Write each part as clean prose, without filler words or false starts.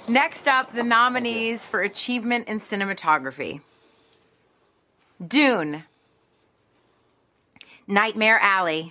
Next up, the nominees for Achievement in Cinematography. Dune. Nightmare Alley.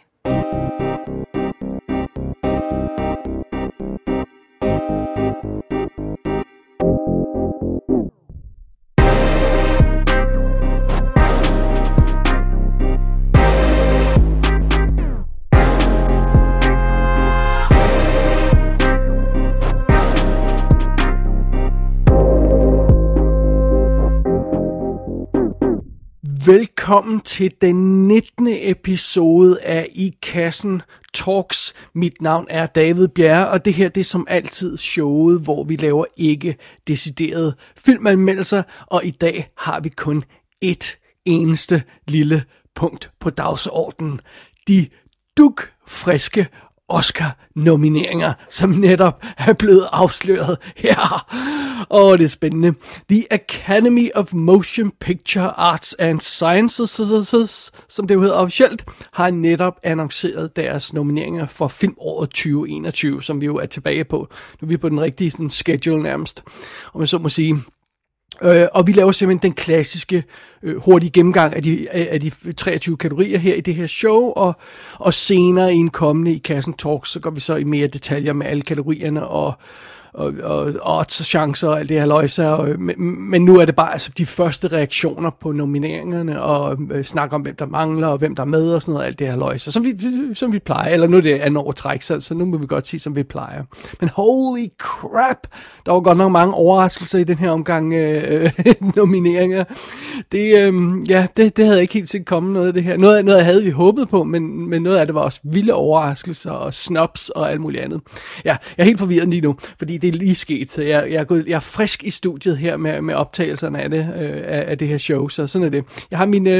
Velkommen til den 19. episode af I Kassen Talks. Mit navn er David Bjerre, og det her det er som altid showet, hvor vi laver ikke deciderede filmanmeldelser, og i dag har vi kun et eneste lille punkt på dagsordenen. De dugfriske Oscar-nomineringer, som netop er blevet afsløret her. Det er spændende. The Academy of Motion Picture Arts and Sciences, som det jo hedder officielt, har netop annonceret deres nomineringer for filmåret 2021, som vi jo er tilbage på. Nu er vi på den rigtige sådan, schedule nærmest, om jeg så må sige. Og vi laver simpelthen den klassiske hurtige gennemgang af de 23 kategorier her i det her show, og senere i en kommende I Kassen Talks, så går vi så i mere detaljer med alle kategorierne og odds og chancer og alt det her løjser, men nu er det bare altså de første reaktioner på nomineringerne og snakke om hvem der mangler og hvem der er med og sådan noget, alt det her løjser, som vi plejer, eller nu er det andet overtræk, så nu må vi godt sige som vi plejer. Men holy crap, der var godt nok mange overraskelser i den her omgang nomineringer. Det havde jeg ikke helt set komme noget af det her. Noget havde vi håbet på, men noget af det var også vilde overraskelser og snobs og alt muligt andet. Ja, jeg er helt forvirret lige nu, fordi det er lige sket. Så jeg er frisk i studiet her med optagelserne af det her show, så sådan er det. Jeg har min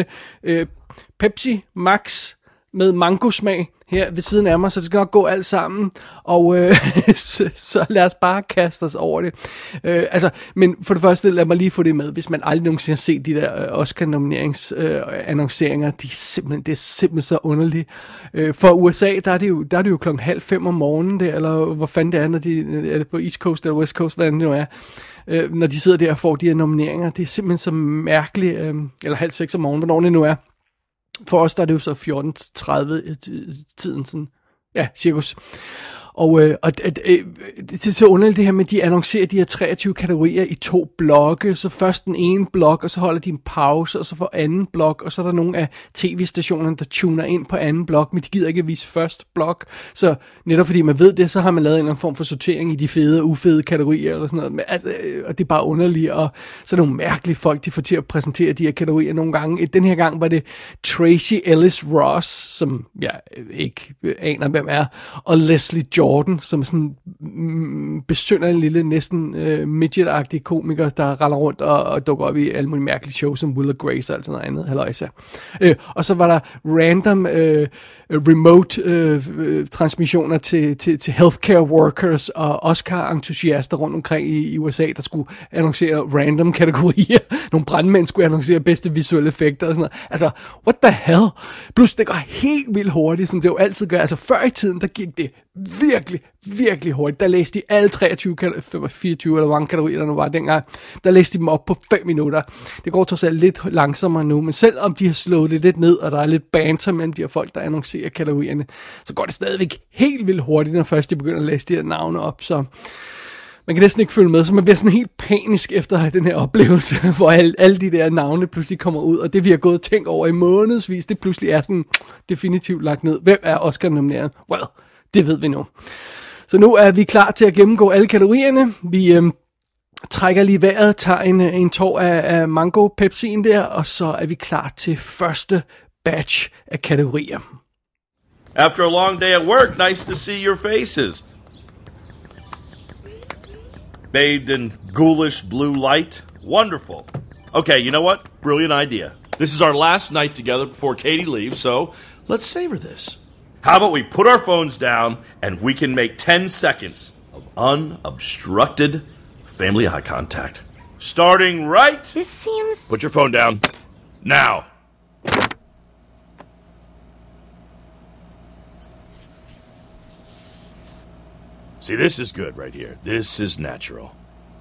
Pepsi Max med mangosmag her ved siden af mig, så det skal nok gå alt sammen, og så lad os bare kaste os over det. Men for det første, lad mig lige få det med, hvis man aldrig nogensinde har set de der Oscar-nomineringsannonceringer, det er simpelthen så underligt. For USA, der er det jo 4:30 om morgenen, der, eller hvor fanden det er, når er det på East Coast eller West Coast, hvordan det nu er, når de sidder der og får de her nomineringer. Det er simpelthen så mærkeligt, eller 5:30 om morgenen, hvornår det nu er. For os der er det jo så 14:30 tiden sådan, ja, cirkus. Og det er så underligt det her med, at de annoncerer de her 23 kategorier i 2 blokke. Så først den ene blok, og så holder de en pause, og så får anden blok, og så er der nogle af tv-stationerne, der tuner ind på anden blok, men de gider ikke at vise første blok. Så netop fordi man ved det, så har man lavet en eller anden form for sortering i de fede og ufede kategorier, eller sådan noget. Men, og det er bare underligt, og så er nogle mærkelige folk, de får til at præsentere de her kategorier nogle gange. Den her gang var det Tracee Ellis Ross, som jeg ikke aner, hvem er, og Leslie Jordan, som er sådan besønder en lille, næsten midget-agtig komiker, der render rundt og dukker op i alle mulige mærkelige shows, som Will og Grace og alt sådan noget andet, halløjsa. Og så var der random remote transmissioner til healthcare workers og Oscar-entusiaster rundt omkring i USA, der skulle annoncere random kategorier. Nogle brandmænd skulle annoncere bedste visuelle effekter og sådan noget. Altså, what the hell? Plus, det går helt vildt hurtigt, som det jo altid gør. Altså, før i tiden, der gik det virkelig, virkelig hurtigt. Der læste de alle 24 eller hvor mange kategorier der nu var dengang. Der læste de dem op på 5 minutter. Det går trods alt lidt langsommere nu, men selvom de har slået det lidt ned, og der er lidt banter mellem de her folk, der annoncerer kategorierne, så går det stadigvæk helt vildt hurtigt, når først de begynder at læse de her navne op, så man kan næsten ikke følge med, så man bliver sådan helt panisk efter den her oplevelse, hvor alle de der navne pludselig kommer ud, og det vi har gået og tænkt over i månedsvis, det pludselig er sådan definitivt lagt ned. Hvem er Oscar-nomineret? Well, det ved vi nu. Så nu er vi klar til at gennemgå alle kategorierne. Vi trækker lige vejret, tager en tår af mango Pepsi'en der, og så er vi klar til første batch af kategorier. After a long day at work, nice to see your faces. Bathed in ghoulish blue light. Wonderful. Okay, you know what? Brilliant idea. This is our last night together before Katie leaves, so let's savor this. How about we put our phones down and we can make 10 seconds of unobstructed family eye contact. Starting right... This seems... Put your phone down. Now. See, this is good right here. This is natural.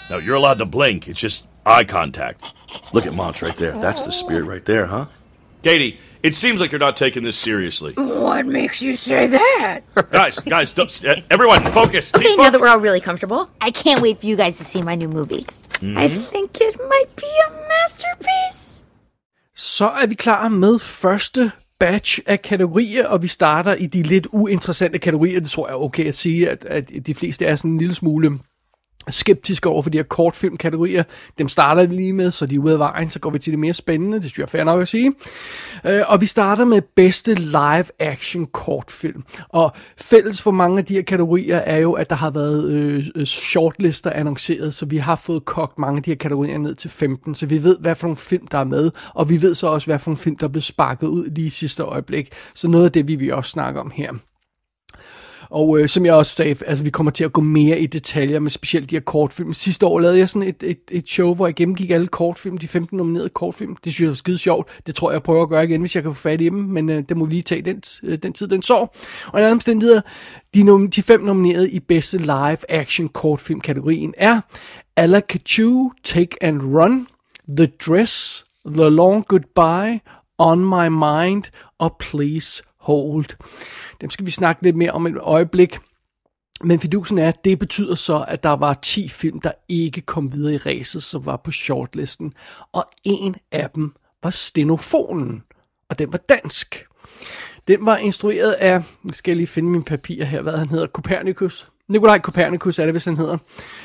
Now, you're allowed to blink. It's just eye contact. Look at Monts right there. That's the spirit right there, huh? Katie, it seems like you're not taking this seriously. What makes you say that? Guys, everyone, focus. Okay, Keep now that focus. we're all really comfortable, I can't wait for you guys to see my new movie. I think it might be a masterpiece. Så er vi klar med første batch af kategorier, og vi starter i de lidt uinteressante kategorier. Det tror jeg er okay at sige, at de fleste er sådan en lille smule skeptiske over for de her kortfilmkategorier. Dem starter vi lige med, så de er ude af vejen, så går vi til det mere spændende. Det synes jeg er fair nok at sige. Og vi starter med bedste live-action kortfilm. Og fælles for mange af de her kategorier er jo, at der har været shortlister annonceret, så vi har fået kogt mange af de her kategorier ned til 15, så vi ved, hvad for nogle film, der er med, og vi ved så også, hvad for nogle film, der er blevet sparket ud lige i sidste øjeblik. Så noget af det vil vi også snakke om her. Og som jeg også sagde, altså vi kommer til at gå mere i detaljer med specielt de her kortfilm. Sidste år lavede jeg sådan et show, hvor jeg gennemgik alle kortfilm, de 15 nominerede kortfilm. Det synes jeg er skide sjovt. Det tror jeg prøver at gøre igen, hvis jeg kan få fat i dem, men det må vi lige tage den tid, den sår. Og i andre omstændigheder, de 5 nominerede i bedste live action kortfilm kategorien er Alakachu, Take and Run, The Dress, The Long Goodbye, On My Mind og Please Hold. Dem skal vi snakke lidt mere om et øjeblik. Men fidusen er, at det betyder så, at der var 10 film, der ikke kom videre i ræset, som var på shortlisten. Og en af dem var Stenofonen, og den var dansk. Den var instrueret af, nu skal jeg lige finde mine papirer her, hvad han hedder, Copernicus. Nikolaj Copernicus er det, hvis han hedder.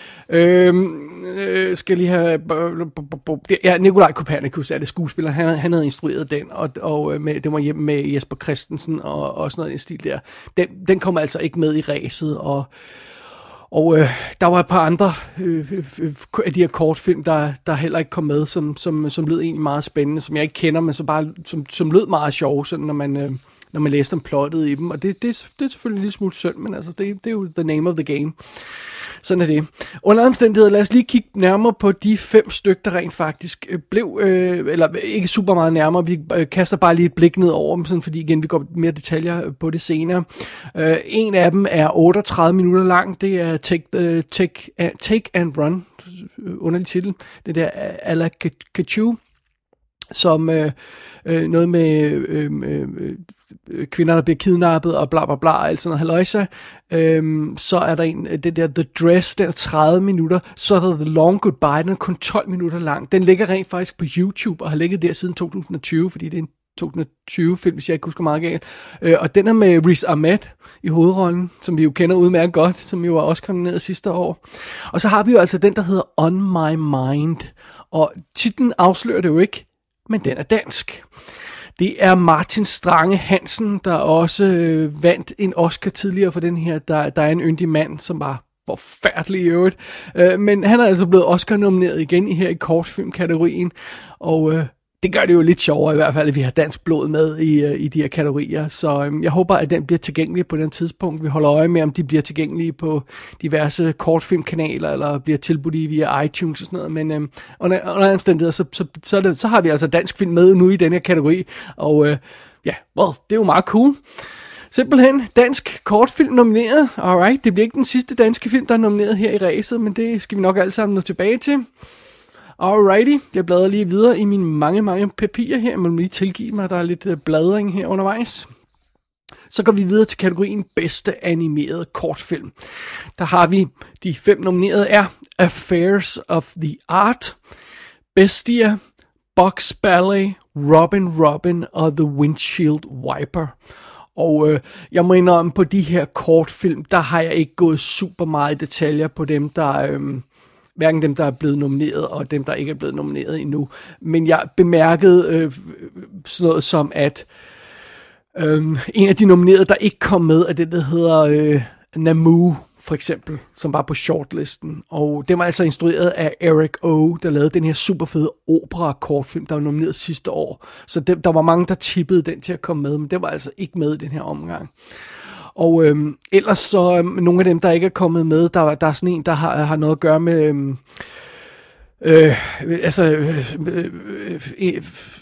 Skal lige have... Ja, Nikolaj Copernicus er det skuespiller. Han havde instrueret den, og med, det var hjemme med Jesper Christensen og sådan noget i stil der. Den kommer altså ikke med i ræset, og der var et par andre af de her kortfilm, der heller ikke kom med, som lød egentlig meget spændende, som jeg ikke kender, men som lød meget sjove, sådan når man læste om plottet i dem. Og det er selvfølgelig en lille smule synd, men altså, det er jo the name of the game. Sådan er det. Under omstændigheder, lad os lige kigge nærmere på de 5 stykker, der rent faktisk blev, eller ikke super meget nærmere, vi kaster bare lige et blik ned over dem, sådan, fordi igen, vi går mere detaljer på det senere. En af dem er 38 minutter lang, det er Take and Run, underlig titel, det der Alakachu, som noget med kvinder, der bliver kidnappet og bla bla bla, og alt sådan noget halløjsa. Så er der det der The Dress, der er 30 minutter, så er der The Long Goodbye, den er kun 12 minutter lang. Den ligger rent faktisk på YouTube, og har ligget der siden 2020, fordi det er en 2020-film, hvis jeg ikke husker meget galt. Og den er med Riz Ahmed i hovedrollen, som vi jo kender udmærket godt, som jo var også nomineret sidste år. Og så har vi jo altså den, der hedder On My Mind, og titlen afslører det jo ikke, men den er dansk. Det er Martin Strange Hansen, der også vandt en Oscar tidligere for den her, der er en yndig mand, som var forfærdelig i øvrigt. Men han er altså blevet Oscar-nomineret igen her i kortfilmkategorien, og det gør det jo lidt sjovere i hvert fald, at vi har dansk blod med i de her kategorier. Så jeg håber, at den bliver tilgængelig på den tidspunkt. Vi holder øje med, om de bliver tilgængelige på diverse kortfilmkanaler, eller bliver tilbudt via iTunes og sådan noget. Men under omstændigheder, så har vi altså dansk film med nu i den her kategori. Og det er jo meget cool. Simpelthen dansk kortfilm nomineret. Alright, det bliver ikke den sidste danske film, der er nomineret her i ræset, men det skal vi nok alle sammen nå tilbage til. Alrighty, jeg bladrer lige videre i mine mange papirer her. Man må lige tilgive mig, der er lidt bladring her undervejs. Så går vi videre til kategorien bedste animerede kortfilm. Der har vi de 5 nominerede er Affairs of the Art, Bestia, Box Ballet, Robin og The Windshield Wiper. Og jeg må indrømme, på de her kortfilm, der har jeg ikke gået super meget i detaljer på dem, der... hverken dem, der er blevet nomineret, og dem, der ikke er blevet nomineret endnu. Men jeg bemærkede sådan noget som, at en af de nominerede, der ikke kom med, er det, der hedder Namu, for eksempel, som var på shortlisten. Og det var altså instrueret af Eric O., der lavede den her super fede opera-kortfilm, der var nomineret sidste år. Så der var mange, der tippede den til at komme med, men det var altså ikke med i den her omgang. Og ellers så nogle af dem, der ikke er kommet med, der er sådan en, der har noget at gøre med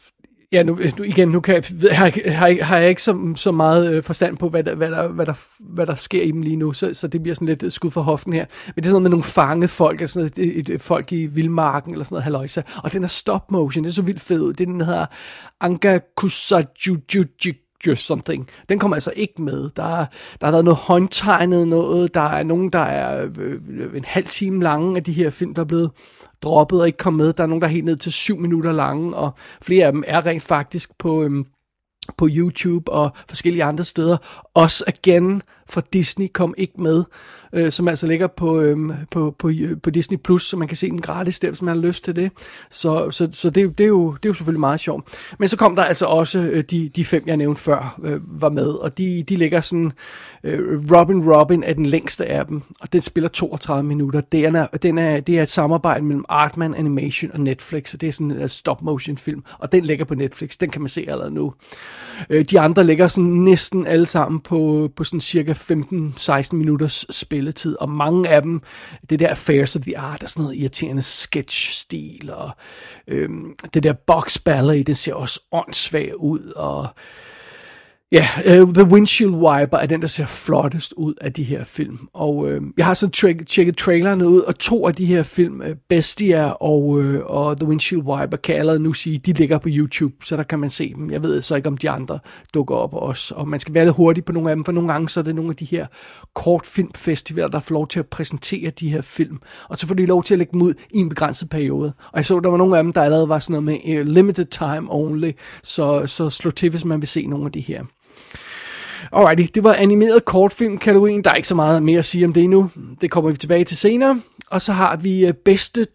Ja, nu har jeg ikke så meget forstand på, hvad der sker i dem lige nu, så det bliver sådan lidt skud for hoften her. Men det er sådan noget med nogle fangede folk, altså et folk i vildmarken, eller sådan noget halløjsa. Og den er stop motion, det er så vildt fed ud. Det er den hedder Angakusajujuju something. Den kommer altså ikke med. Der har været noget håndtegnet noget, der er nogen, der er en halv time lange af de her film, der er blevet droppet og ikke kommet med. Der er nogen, der er helt ned til 7 minutter lange, og flere af dem er rent faktisk på YouTube og forskellige andre steder. Også Again fra Disney kom ikke med, som altså ligger på Disney Plus, så man kan se den gratis der, hvis man har lyst til det. Så det er jo selvfølgelig meget sjovt. Men så kom der altså også de 5, jeg nævnte før, var med, og de ligger sådan, Robin er den længste af dem, og den spiller 32 minutter. Det er et samarbejde mellem Artman Animation og Netflix, og det er sådan en stop motion film, og den ligger på Netflix, den kan man se allerede nu. De andre ligger sådan næsten alle sammen på sådan cirka 15-16 minutters spilletid, og mange af dem, det der Affairs of the Art, er sådan noget irriterende sketch-stil, og det der Box Ballet, det ser også åndssvagt ud, og ja, The Windshield Wiper er den, der ser flottest ud af de her film. Og jeg har så tjekket trailerne ud, og 2 af de her film, Bestia og The Windshield Wiper, kan jeg allerede nu sige, de ligger på YouTube, så der kan man se dem. Jeg ved så ikke, om de andre dukker op også. Og man skal være lidt hurtig på nogle af dem, for nogle gange så er det nogle af de her kortfilmfestivaler, der får lov til at præsentere de her film. Og så får de lov til at lægge dem ud i en begrænset periode. Og jeg så, der var nogle af dem, der allerede var sådan noget med limited time only, så slå til, hvis man vil se nogle af de her. Alrighty, det var animeret kortfilm-kategorien. Der er ikke så meget mere at sige om det nu. Det kommer vi tilbage til senere. Og så har vi bedste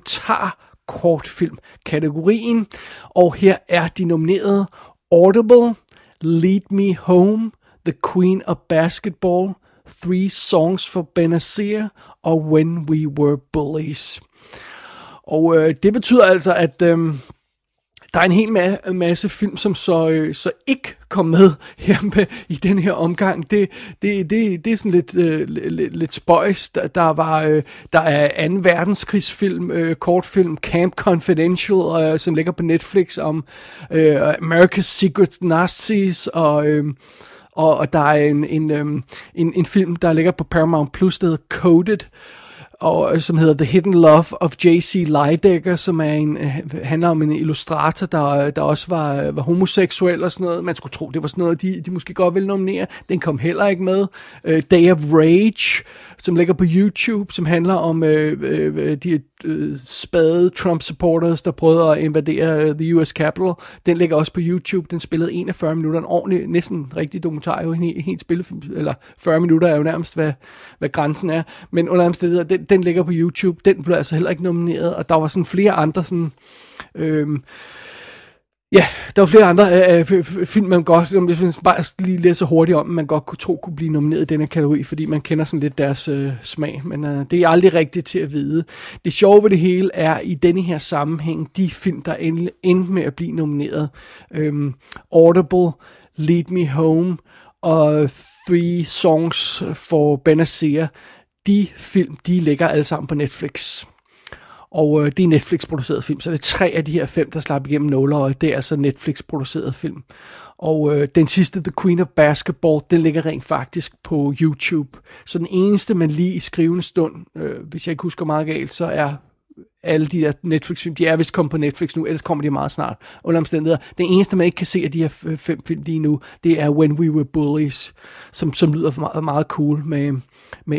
dokumentar-kortfilm-kategorien. Og her er de nominerede: Audible, Lead Me Home, The Queen of Basketball, 3 Songs for Benazir og When We Were Bullies. Og det betyder altså, at der er en hel masse film, som så ikke kom med her i den her omgang. Det er sådan lidt spøjs. Der er 2. verdenskrigsfilm, kortfilm, Camp Confidential, som ligger på Netflix om America's Secret Nazis, og der er en film, der ligger på Paramount Plus, der hedder Coded, og som hedder The Hidden Love of J.C. Lydecker, som handler om en illustrator, der også var homoseksuel og sådan noget. Man skulle tro, det var sådan noget, de måske godt ville nominere. Den kom heller ikke med. Day of Rage, som ligger på YouTube, som handler om de spade Trump-supporters, der prøvede at invadere the US Capitol. Den ligger også på YouTube. Den spillede 41 minutter. En ordentlig, næsten rigtig dokumentar. Jo en helt spillefilm, eller 40 minutter er jo nærmest, hvad grænsen er. Men under omstændigheder, den ligger på YouTube. Den blev altså heller ikke nomineret. Og der var sådan flere andre sådan... Ja, der var flere andre film, man godt, hvis man bare lige læser hurtigt om, man godt kunne blive nomineret i denne kategori, fordi man kender sådan lidt deres smag, men det er aldrig rigtigt til at vide. Det sjove ved det hele er, i denne her sammenhæng, de film, der endte med at blive nomineret, Audible, Lead Me Home og 3 Songs for Benazir, de film, de ligger alle sammen på Netflix. Og det er Netflix-produceret film, så det er 3 af de her 5, der slap igennem nåleøjet. Det er altså Netflix-produceret film. Og den sidste, The Queen of Basketball, den ligger rent faktisk på YouTube. Så den eneste, man lige i skrivende stund, hvis jeg ikke husker meget galt, så er alle de der Netflix-film, de er vist kommet på Netflix nu, ellers kommer de meget snart. Under omstændigheder. Den eneste, man ikke kan se af de her 5 film lige nu, det er When We Were Bullies, som lyder meget, meget cool med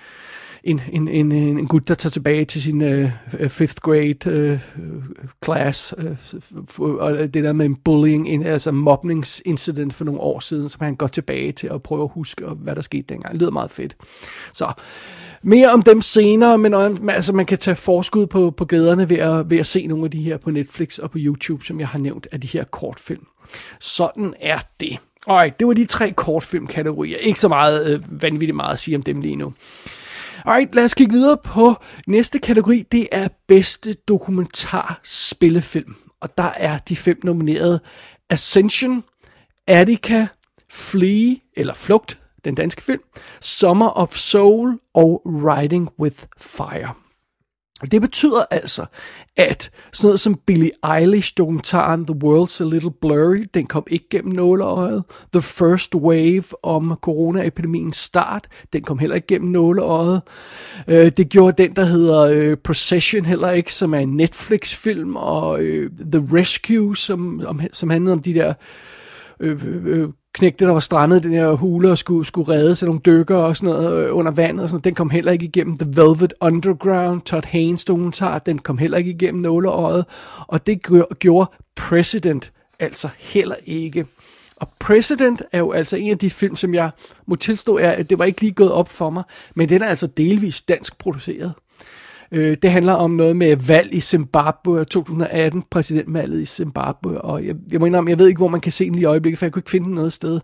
en gut, der tager tilbage til sin 5th grade class, og det der med en bullying, altså mobningsincident for nogle år siden, som han går tilbage til at prøve at huske, hvad der skete dengang. Det lyder meget fedt. Så mere om dem senere, men altså, man kan tage forskud på glæderne ved at se nogle af de her på Netflix og på YouTube, som jeg har nævnt, af de her kortfilm. Sådan er det. Alright, det var de 3 kortfilmkategorier. Ikke så meget vanvittigt meget at sige om dem lige nu. Alright, lad os kigge videre på næste kategori. Det er bedste dokumentar spillefilm. Og der er de 5 nominerede: Ascension, Attica, Flee, eller Flugt, den danske film, Summer of Soul og Riding with Fire. Det betyder altså, at sådan noget som Billie Eilish-dokumentaren The World's a Little Blurry, den kom ikke gennem nåleøjet. The First Wave om coronaepidemiens start, den kom heller ikke gennem nåleøjet. Det gjorde den, der hedder Procession heller ikke, som er en Netflix-film, og The Rescue, som handlede om de der knægte, der var strandet i den her hule og skulle reddes af nogle dykkere og sådan noget under vandet og sådan noget. Den kom heller ikke igennem. The Velvet Underground, Todd Haynes dokumentar, den kom heller ikke igennem nåleøjet. Og det gjorde President altså heller ikke. Og President er jo altså en af de film, som jeg må tilstå er, at det var ikke lige gået op for mig, men den er altså delvis dansk produceret. Det handler om noget med valg i Zimbabwe 2018, præsidentvalget i Zimbabwe, og jeg må indrømme, jeg ved ikke, hvor man kan se den lige i øjeblikket, for jeg kunne ikke finde den noget sted,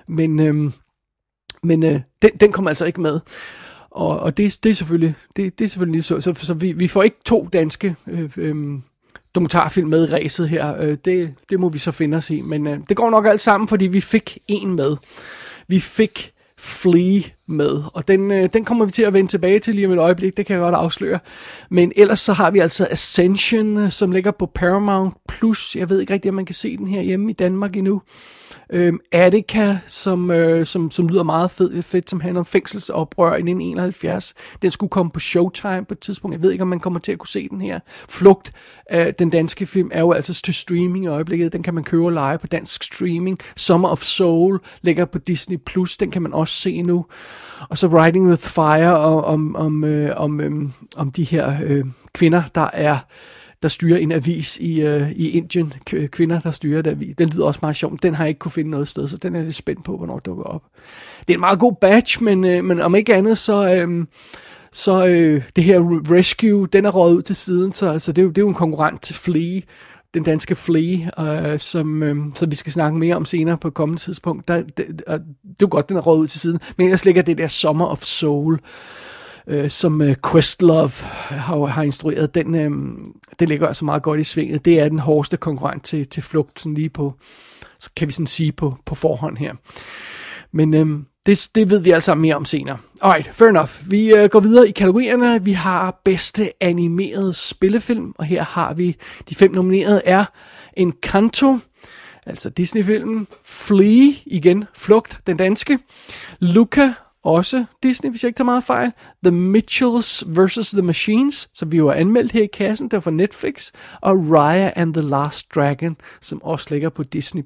men den kommer altså ikke med, og det er selvfølgelig så vi får ikke 2 danske dokumentarfilm med i ræset her, det må vi så finde os i, men det går nok alt sammen, fordi vi fik en med. Vi fik Flea med, og den kommer vi til at vende tilbage til lige om et øjeblik, det kan jeg godt afsløre. Men ellers så har vi altså Ascension, som ligger på Paramount Plus. Jeg ved ikke rigtig, om man kan se den her hjemme i Danmark endnu. Attica, som lyder meget fedt, som handler om fængselsoprør i 1971. Den skulle komme på Showtime på et tidspunkt. Jeg ved ikke, om man kommer til at kunne se den her. Flugt, den danske film, er jo altså til streaming i øjeblikket. Den kan man købe og lege på dansk streaming. Summer of Soul ligger på Disney Plus. Den kan man også se nu. Og så Riding with Fire om de her kvinder, der styrer en avis i Indien. Kvinder, der styrer en avis. Den lyder også meget sjovt. Den har jeg ikke kunne finde noget sted, så den er lidt spændt på, hvornår det dukker op. Det er en meget god batch, men om ikke andet, så det her Rescue, den er røget ud til siden, så det er jo en konkurrent til Flea, den danske Flea, som vi skal snakke mere om senere på et kommende tidspunkt. Det er jo godt, den er røget ud til siden, men ellers ligger det der Summer of Soul, som Questlove har instrueret, den ligger altså meget godt i svinget. Det er den hårdeste konkurrent til Flugt, sådan lige på, så kan vi sådan sige på forhånd her. Men det ved vi altså mere om senere. Alright, fair enough. Vi går videre i kategorierne. Vi har bedste animerede spillefilm, og her har vi de 5 nominerede er Encanto, altså Disney-filmen, Flea, igen Flugt, den danske, Luca, også Disney, hvis jeg ikke tager meget fejl, The Mitchells vs. The Machines, som vi jo har anmeldt her i kassen, der var fra Netflix, og Raya and the Last Dragon, som også ligger på Disney+.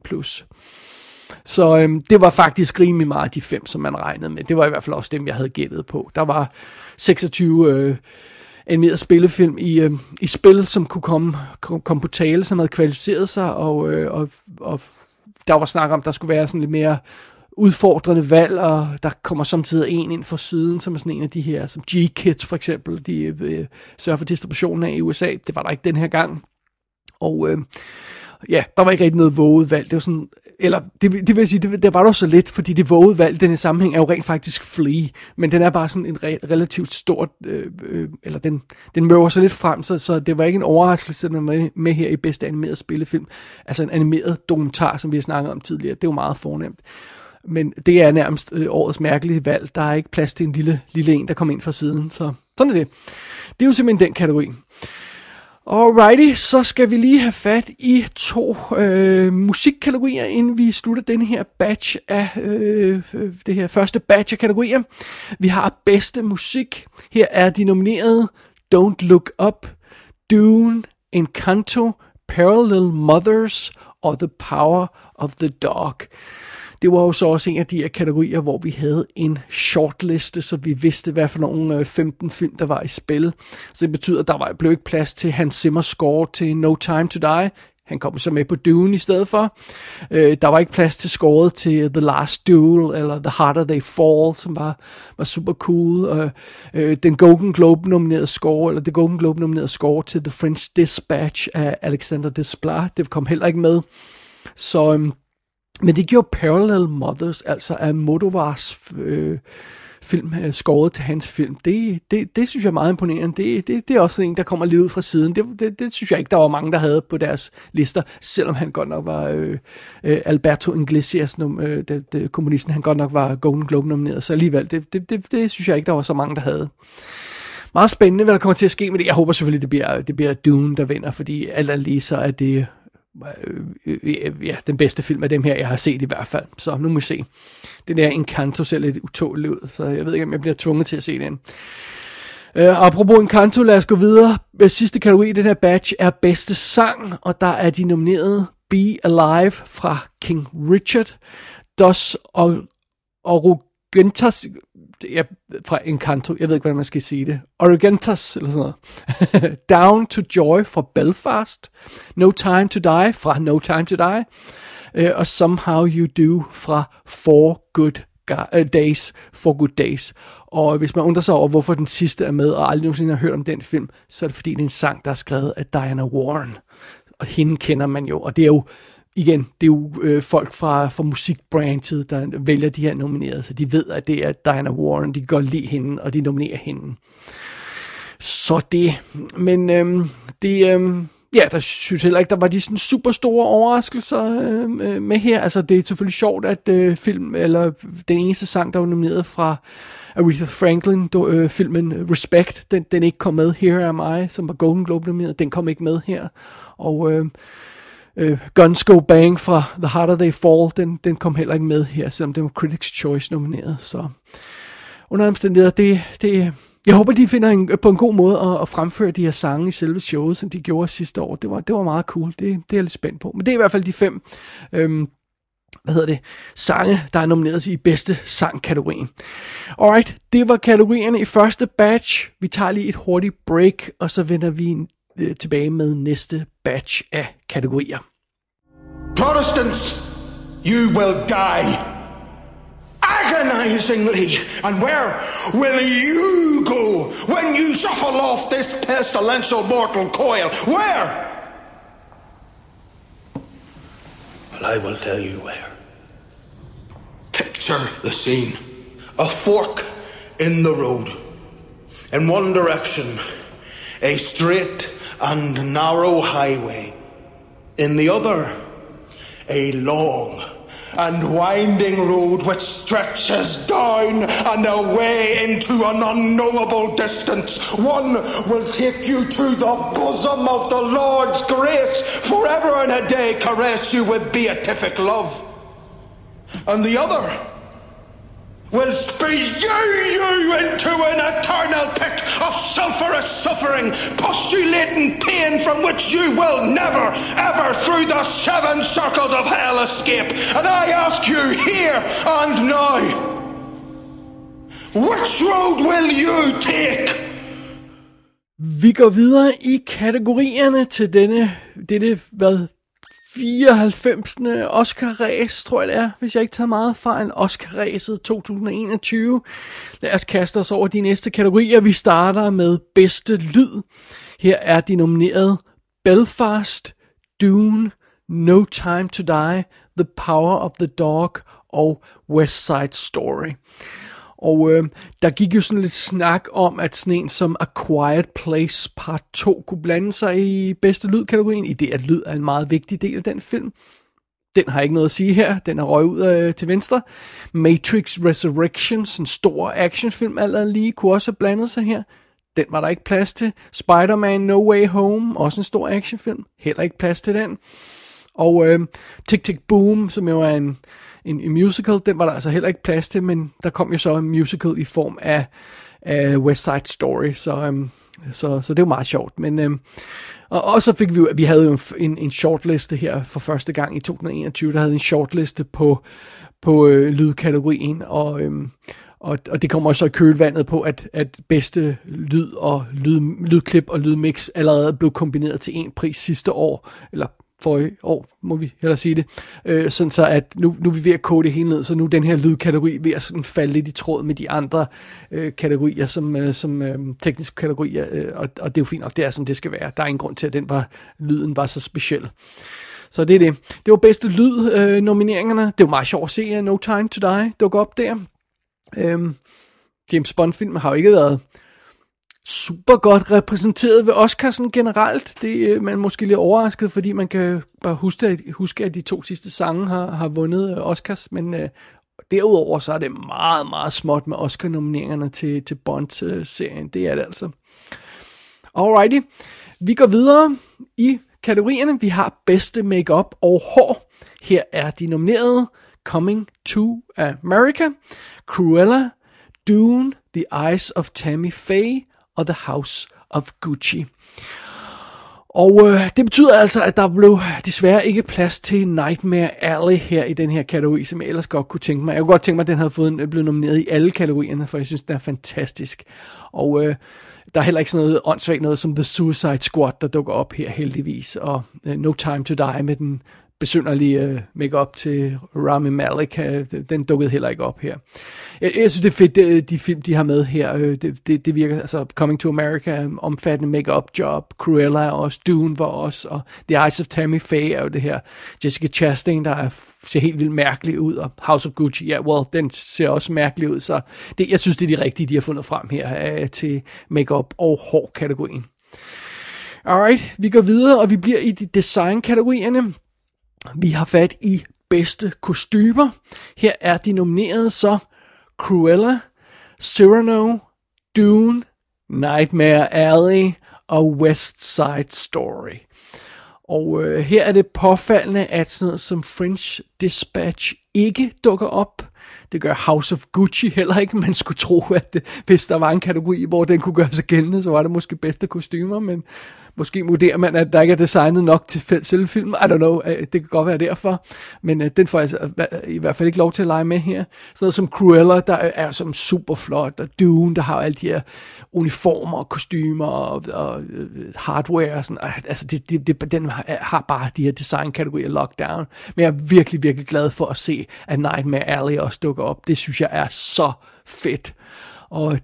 Så det var faktisk rimelig meget de 5, som man regnede med. Det var i hvert fald også dem, jeg havde gættet på. Der var 26 animerede spillefilm i spil, som kunne komme på tale, som havde kvalificeret sig, og der var snak om, der skulle være sådan lidt mere udfordrende valg, og der kommer samtidig en ind fra siden, som er sådan en af de her, som G-Kids for eksempel, de sørger for distributionen af i USA. Det var der ikke den her gang. Og der var ikke rigtig noget våget valg. Det var sådan, eller det vil sige, det var der så lidt, fordi det vågede valg, den her sammenhæng, er jo rent faktisk Flea, men den er bare sådan en relativt stort, eller den møver sig lidt frem, så det var ikke en overraskelse, at den var med her i bedste animerede spillefilm. Altså en animeret dokumentar, som vi har snakket om tidligere. Det er jo meget fornemt. Men det er nærmest årets mærkelige valg. Der er ikke plads til en lille en, der kommer ind fra siden. Så sådan er det. Det er jo simpelthen den kategori. Alrighty, så skal vi lige have fat i 2 musikkategorier, inden vi slutter den her batch af det her første batch af kategorier. Vi har bedste musik. Her er de nominerede Don't Look Up, Dune, Encanto, Parallel Mothers og The Power of the Dog. Det var jo så også en af de her kategorier, hvor vi havde en shortliste, så vi vidste, hvad for nogle 15 film, der var i spil. Så det betyder, at der blev ikke plads til Hans Zimmer score til No Time to Die. Han kom så med på Dune i stedet for. Der var ikke plads til scoret til The Last Duel, eller The Harder They Fall, som var super cool. Den Golden Globe-nominerede score, eller The Golden Globe-nominerede score til The French Dispatch af Alexander Desplat, det kom heller ikke med. Så men det gjorde Parallel Mothers, altså af Modovars film, skåret til hans film. Det synes jeg er meget imponerende. Det er også en, der kommer lidt ud fra siden. Det synes jeg ikke, der var mange, der havde på deres lister, selvom han godt nok var Alberto Iglesias, kommunisten, han godt nok var Golden Globe nomineret, så alligevel, det synes jeg ikke, der var så mange, der havde. meget spændende, hvad der kommer til at ske med det. Jeg håber selvfølgelig, det bliver Dune, der vinder, fordi alt andet lige så er det den bedste film af dem her, jeg har set i hvert fald. Så nu må vi se. Det der Encanto ser lidt utåligt ud, så jeg ved ikke, om jeg bliver tvunget til at se den. Apropos Encanto, lad os gå videre. Sidste kategori i den her batch er bedste sang, og der er de nominerede Be Alive fra King Richard, Dos Orugentas fra Encanto, jeg ved ikke, hvordan man skal sige det, Orugentas eller sådan noget, Down to Joy fra Belfast, No Time to Die fra No Time to Die, og Somehow You Do fra For Good Days. Og hvis man undrer sig over, hvorfor den sidste er med, og aldrig nogensinde har hørt om den film, så er det fordi, det er en sang, der er skrevet af Diana Warren. Og hende kender man jo, og det er jo, igen, det er jo folk fra musikbranchen, der vælger de her nominerede, så de ved, at det er Diana Warren, de kan godt lide hende, og de nominerer hende. Så det, men ja, der synes heller ikke, der var de sådan super store overraskelser med her. Altså, det er selvfølgelig sjovt, at film, eller den eneste sang, der var nomineret fra Aretha Franklin, filmen Respect, den ikke kom med. Here Am I, som var Golden Globe nomineret, den kom ikke med her. Og Guns Go Bang fra The Harder They Fall, den kom heller ikke med her, selvom den var Critics' Choice nomineret. Så under omstændigheder, jeg håber, de finder på en god måde at fremføre de her sange i selve showet, som de gjorde sidste år. Det var meget cool. Det er jeg lidt spændt på. Men det er i hvert fald de 5 sange, der er nomineret i bedste sangkategorien. Alright, det var kategorierne i første batch. Vi tager lige et hurtigt break, og så vender vi tilbage med næste batch af kategorier. Protestants, you will die agonizingly. And where will you go when you shuffle off this pestilential mortal coil? Where? Well, I will tell you where. Picture the scene. A fork in the road. In one direction, a straight and narrow highway. In the other, a long and winding road which stretches down and away into an unknowable distance. One will take you to the bosom of the Lord's grace, forever and a day caress you with beatific love. And the other will spew you into an eternal pit of sulphurous suffering, postulating pain from which you will never, ever through the 7 circles of hell escape. And I ask you here and now, which road will you take? Vi går videre i kategorierne til dette 94. Oscar-ræs, tror jeg det er, hvis jeg ikke tager meget fejl. Oscar-ræset 2021. Lad os kaste os over de næste kategorier. Vi starter med bedste lyd. Her er de nomineret Belfast, Dune, No Time to Die, The Power of the Dog og West Side Story. Og der gik jo sådan lidt snak om, at sådan en som A Quiet Place Part 2 kunne blande sig i bedste lydkategorien, i det at lyd er en meget vigtig del af den film. Den har ikke noget at sige her, den er røget ud til venstre. Matrix Resurrections, en stor actionfilm allerede lige, kunne også have blandet sig her. Den var der ikke plads til. Spider-Man No Way Home, også en stor actionfilm, heller ikke plads til den. Og Tick Tick Boom, som jo er en musical, den var der altså heller ikke plads til, men der kom jo så en musical i form af West Side Story, så det var meget sjovt. Men og så fik vi havde jo en shortliste her for første gang i 2021, der havde en shortliste på lydkategorien, og det kommer også i kølvandet på, at bedste lyd og lydklip og lydmix allerede blev kombineret til en pris sidste år, eller forrige år, må vi hellere sige det, sådan så at nu er vi ved at kode det hele ned, så nu er den her lydkategori ved at sådan falde lidt i tråd med de andre kategorier, som tekniske kategorier, og det er jo fint nok, det er som det skal være. Der er ingen grund til, at lyden var så speciel. Så det er det. Det var bedste lyd nomineringerne. Det var meget sjovt at se No Time to Die dukke op der. James Bond-film har jo ikke været super godt repræsenteret ved Oscarsen generelt. Det er man måske lidt overrasket, fordi man kan bare huske, at de 2 sidste sange har vundet Oscars, men derudover så er det meget, meget småt med Oscar-nomineringerne til Bond-serien. Det er det altså. Alrighty, vi går videre i kategorierne. Vi har bedste makeup og hår. Her er de nominerede: Coming to America, Cruella, Dune, The Eyes of Tammy Faye og The House of Gucci. Og det betyder altså, at der blev desværre ikke plads til Nightmare Alley her i den her kategori, som jeg ellers godt kunne tænke mig. Jeg kunne godt tænke mig, at den havde blevet nomineret i alle kategorierne, for jeg synes, den er fantastisk. Og der er heller ikke sådan noget åndssvagt noget som The Suicide Squad, der dukker op her heldigvis. Og No Time to Die med den besynderlige make-up til Rami Malek, den dukkede heller ikke op her. Jeg synes, det er fedt, de film, de har med her. Det virker, altså Coming to America, omfattende make-up job, Cruella er også, Dune var også, og The Eyes of Tammy Faye er jo det her Jessica Chastain, der ser helt vildt mærkelig ud, og House of Gucci, ja, well, den ser også mærkelig ud, så jeg synes, det er de rigtige, de har fundet frem her til make-up og hår-kategorien. Alright, vi går videre, og vi bliver i de design-kategorierne. Vi har fat i bedste kostymer. Her er de nominerede så Cruella, Cyrano, Dune, Nightmare Alley og West Side Story. Og her er det påfaldende, at sådan noget som French Dispatch ikke dukker op. Det gør House of Gucci heller ikke. Man skulle tro, at hvis der var en kategori, hvor den kunne gøre sig gældende, så var det måske bedste kostymer, men måske vurderer man, at der ikke er designet nok til selve filmen. I don't know, det kan godt være derfor. Men den får altså i hvert fald ikke lov til at lege med her. Sådan noget som Cruella, der er som super flot, og Dune, der har alle de her uniformer og kostymer og hardware og sådan. Altså, den har bare de her designkategorier locked down. Men jeg er virkelig, virkelig glad for at se, at Nightmare Alley også dukker op. Det synes jeg er så fedt. Og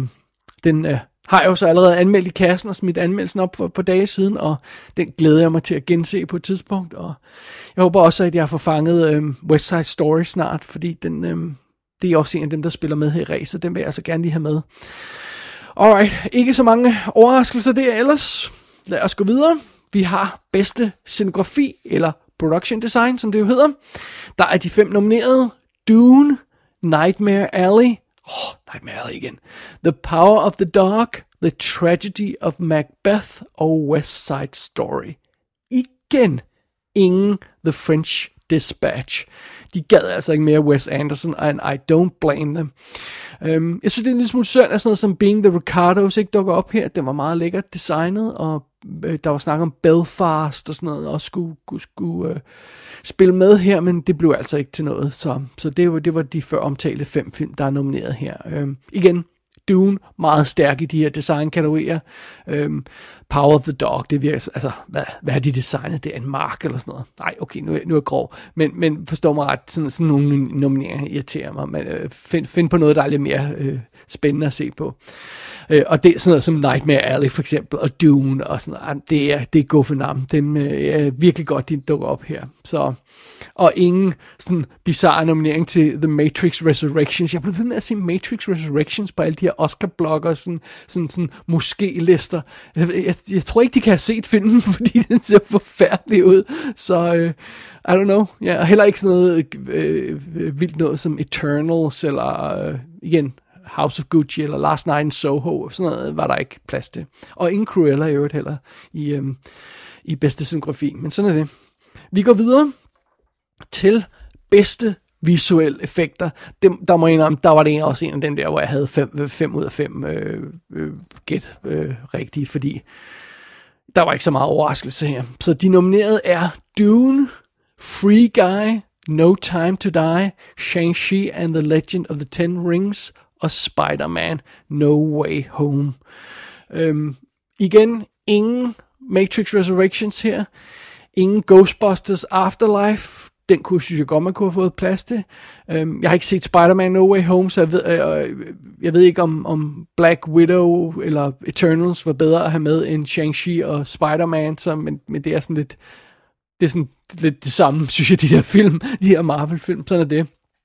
den har jeg jo så allerede anmeldt i kassen og smidt anmeldelsen op for et par dage siden, og den glæder jeg mig til at gense på et tidspunkt. Og jeg håber også, at jeg får fanget West Side Story snart, fordi det er også en af dem, der spiller med her i race, så den vil jeg altså gerne lige have med. Alright, ikke så mange overraskelser der ellers. Lad os gå videre. Vi har bedste scenografi, eller production design, som det jo hedder. Der er de 5 nominerede: Dune, Nightmare Alley, Nightmare Alley igen, The Power of the Dog, The Tragedy of Macbeth og West Side Story. Igen ingen The French Dispatch. De gad altså ikke mere Wes Anderson, and I don't blame them. Jeg synes, det er en lille smule synd, at sådan noget som Being the Ricardos ikke dukker op her. Den var meget lækkert designet, og der var snak om Belfast og sådan noget, og skulle spille med her, men det blev altså ikke til noget. Så det var de før omtalte 5 film, der er nomineret her. Igen, Dune, meget stærk i de her designkategorier. Power of the Dog, det virker, altså, hvad har de designet? Det er en mark eller sådan noget. Nej, okay, nu er jeg grov. Men forstår mig ret, sådan nogle nomineringer irriterer mig. Men find på noget, der er lidt mere spændende at se på. Og det er sådan noget som Nightmare Alley for eksempel, og Dune og sådan noget. Det er go for navn. Dem er virkelig godt, de dukker op her. Så, og ingen sådan bizarre nominering til The Matrix Resurrections. Jeg blev ved med at se Matrix Resurrections på alle de her Oscar-blogger, sådan måske-lister. Jeg tror ikke, de kan have set filmen, fordi den ser forfærdelig ud. Så I don't know. Ja, og heller ikke sådan noget vildt noget som Eternals, eller igen House of Gucci, eller Last Night in Soho. Sådan noget var der ikke plads til. Og ingen Cruella i øvrigt heller i bedste scenografi. Men sådan er det. Vi går videre til bedste visuelle effekter. Der må jeg indrømme, der var det også en af dem der, hvor jeg havde 5 ud af 5 gæt rigtige, fordi der var ikke så meget overraskelse her. Så de nominerede er Dune, Free Guy, No Time to Die, Shang-Chi and the Legend of the Ten Rings og Spider-Man No Way Home. Igen, ingen Matrix Resurrections her. Ingen Ghostbusters Afterlife. Den synes jeg godt, man kunne have fået plads til. Jeg har ikke set Spider-Man No Way Home, så jeg ved ikke, om Black Widow eller Eternals var bedre at have med end Shang-Chi og Spider-Man, men det er sådan lidt, det samme, synes jeg, de her film, de her Marvel-film, sådan er det.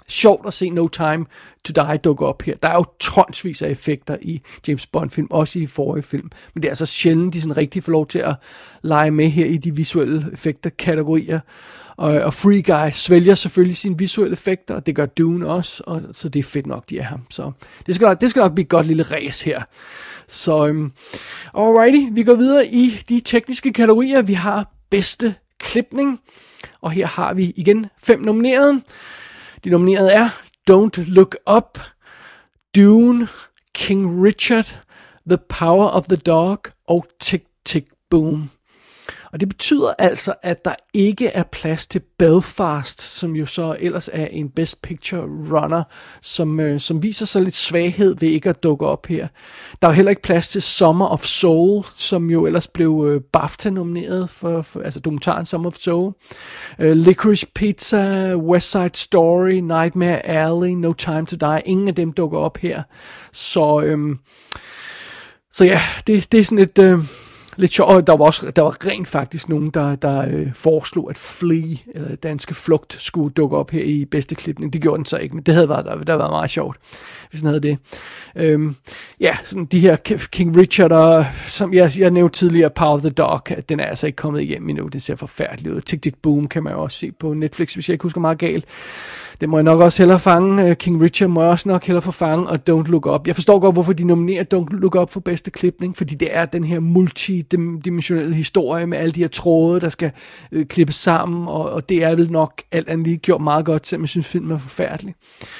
sjovt at se No Time to Die dukke op her. Der er jo tonsvis af effekter i James Bond-film, også i de forrige film. Men det er altså sjældent, de sådan rigtig får lov til at lege med her i de visuelle effekter-kategorier. Og Free Guy svælger selvfølgelig sine visuelle effekter, og det gør Dune også, og så det er fedt nok, de er her. Så det skal nok blive et godt lille race her. Så alrighty, vi går videre i de tekniske kategorier. Vi har bedste klipning, og her har vi igen 5 nominerede. De nominerede er Don't Look Up, Dune, King Richard, The Power of the Dog og Tick Tick Boom. Og det betyder altså, at der ikke er plads til Belfast, som jo så ellers er en Best Picture runner, som viser sig lidt svaghed ved ikke at dukke op her. Der er jo heller ikke plads til Summer of Soul, som jo ellers blev BAFTA-nomineret for altså dokumentaren Summer of Soul. Licorice Pizza, West Side Story, Nightmare Alley, No Time to Die. Ingen af dem dukker op her. Så ja, det er sådan et... lidt sjovt, og der var rent faktisk nogen, der foreslog, at Flea, eller Danske Flugt, skulle dukke op her i bedste klipning. Det gjorde den så ikke, men det havde været meget sjovt, hvis den havde det. Ja, sådan de her King Richard, og som jeg nævnte tidligere, Power of the Dog, den er altså ikke kommet igennem endnu. Det ser forfærdeligt ud. Tick Tick Boom kan man jo også se på Netflix, hvis jeg ikke husker meget galt. Det må jeg nok også hellere fange. King Richard må jeg også nok hellere få fange, og Don't Look Up. Jeg forstår godt, hvorfor de nominerer Don't Look Up for bedste klipning, fordi det er den her multidimensionelle historie med alle de her tråde, der skal klippes sammen, og det er vel nok alt andet lige gjort meget godt, selvom jeg synes, filmen er forfærdelig.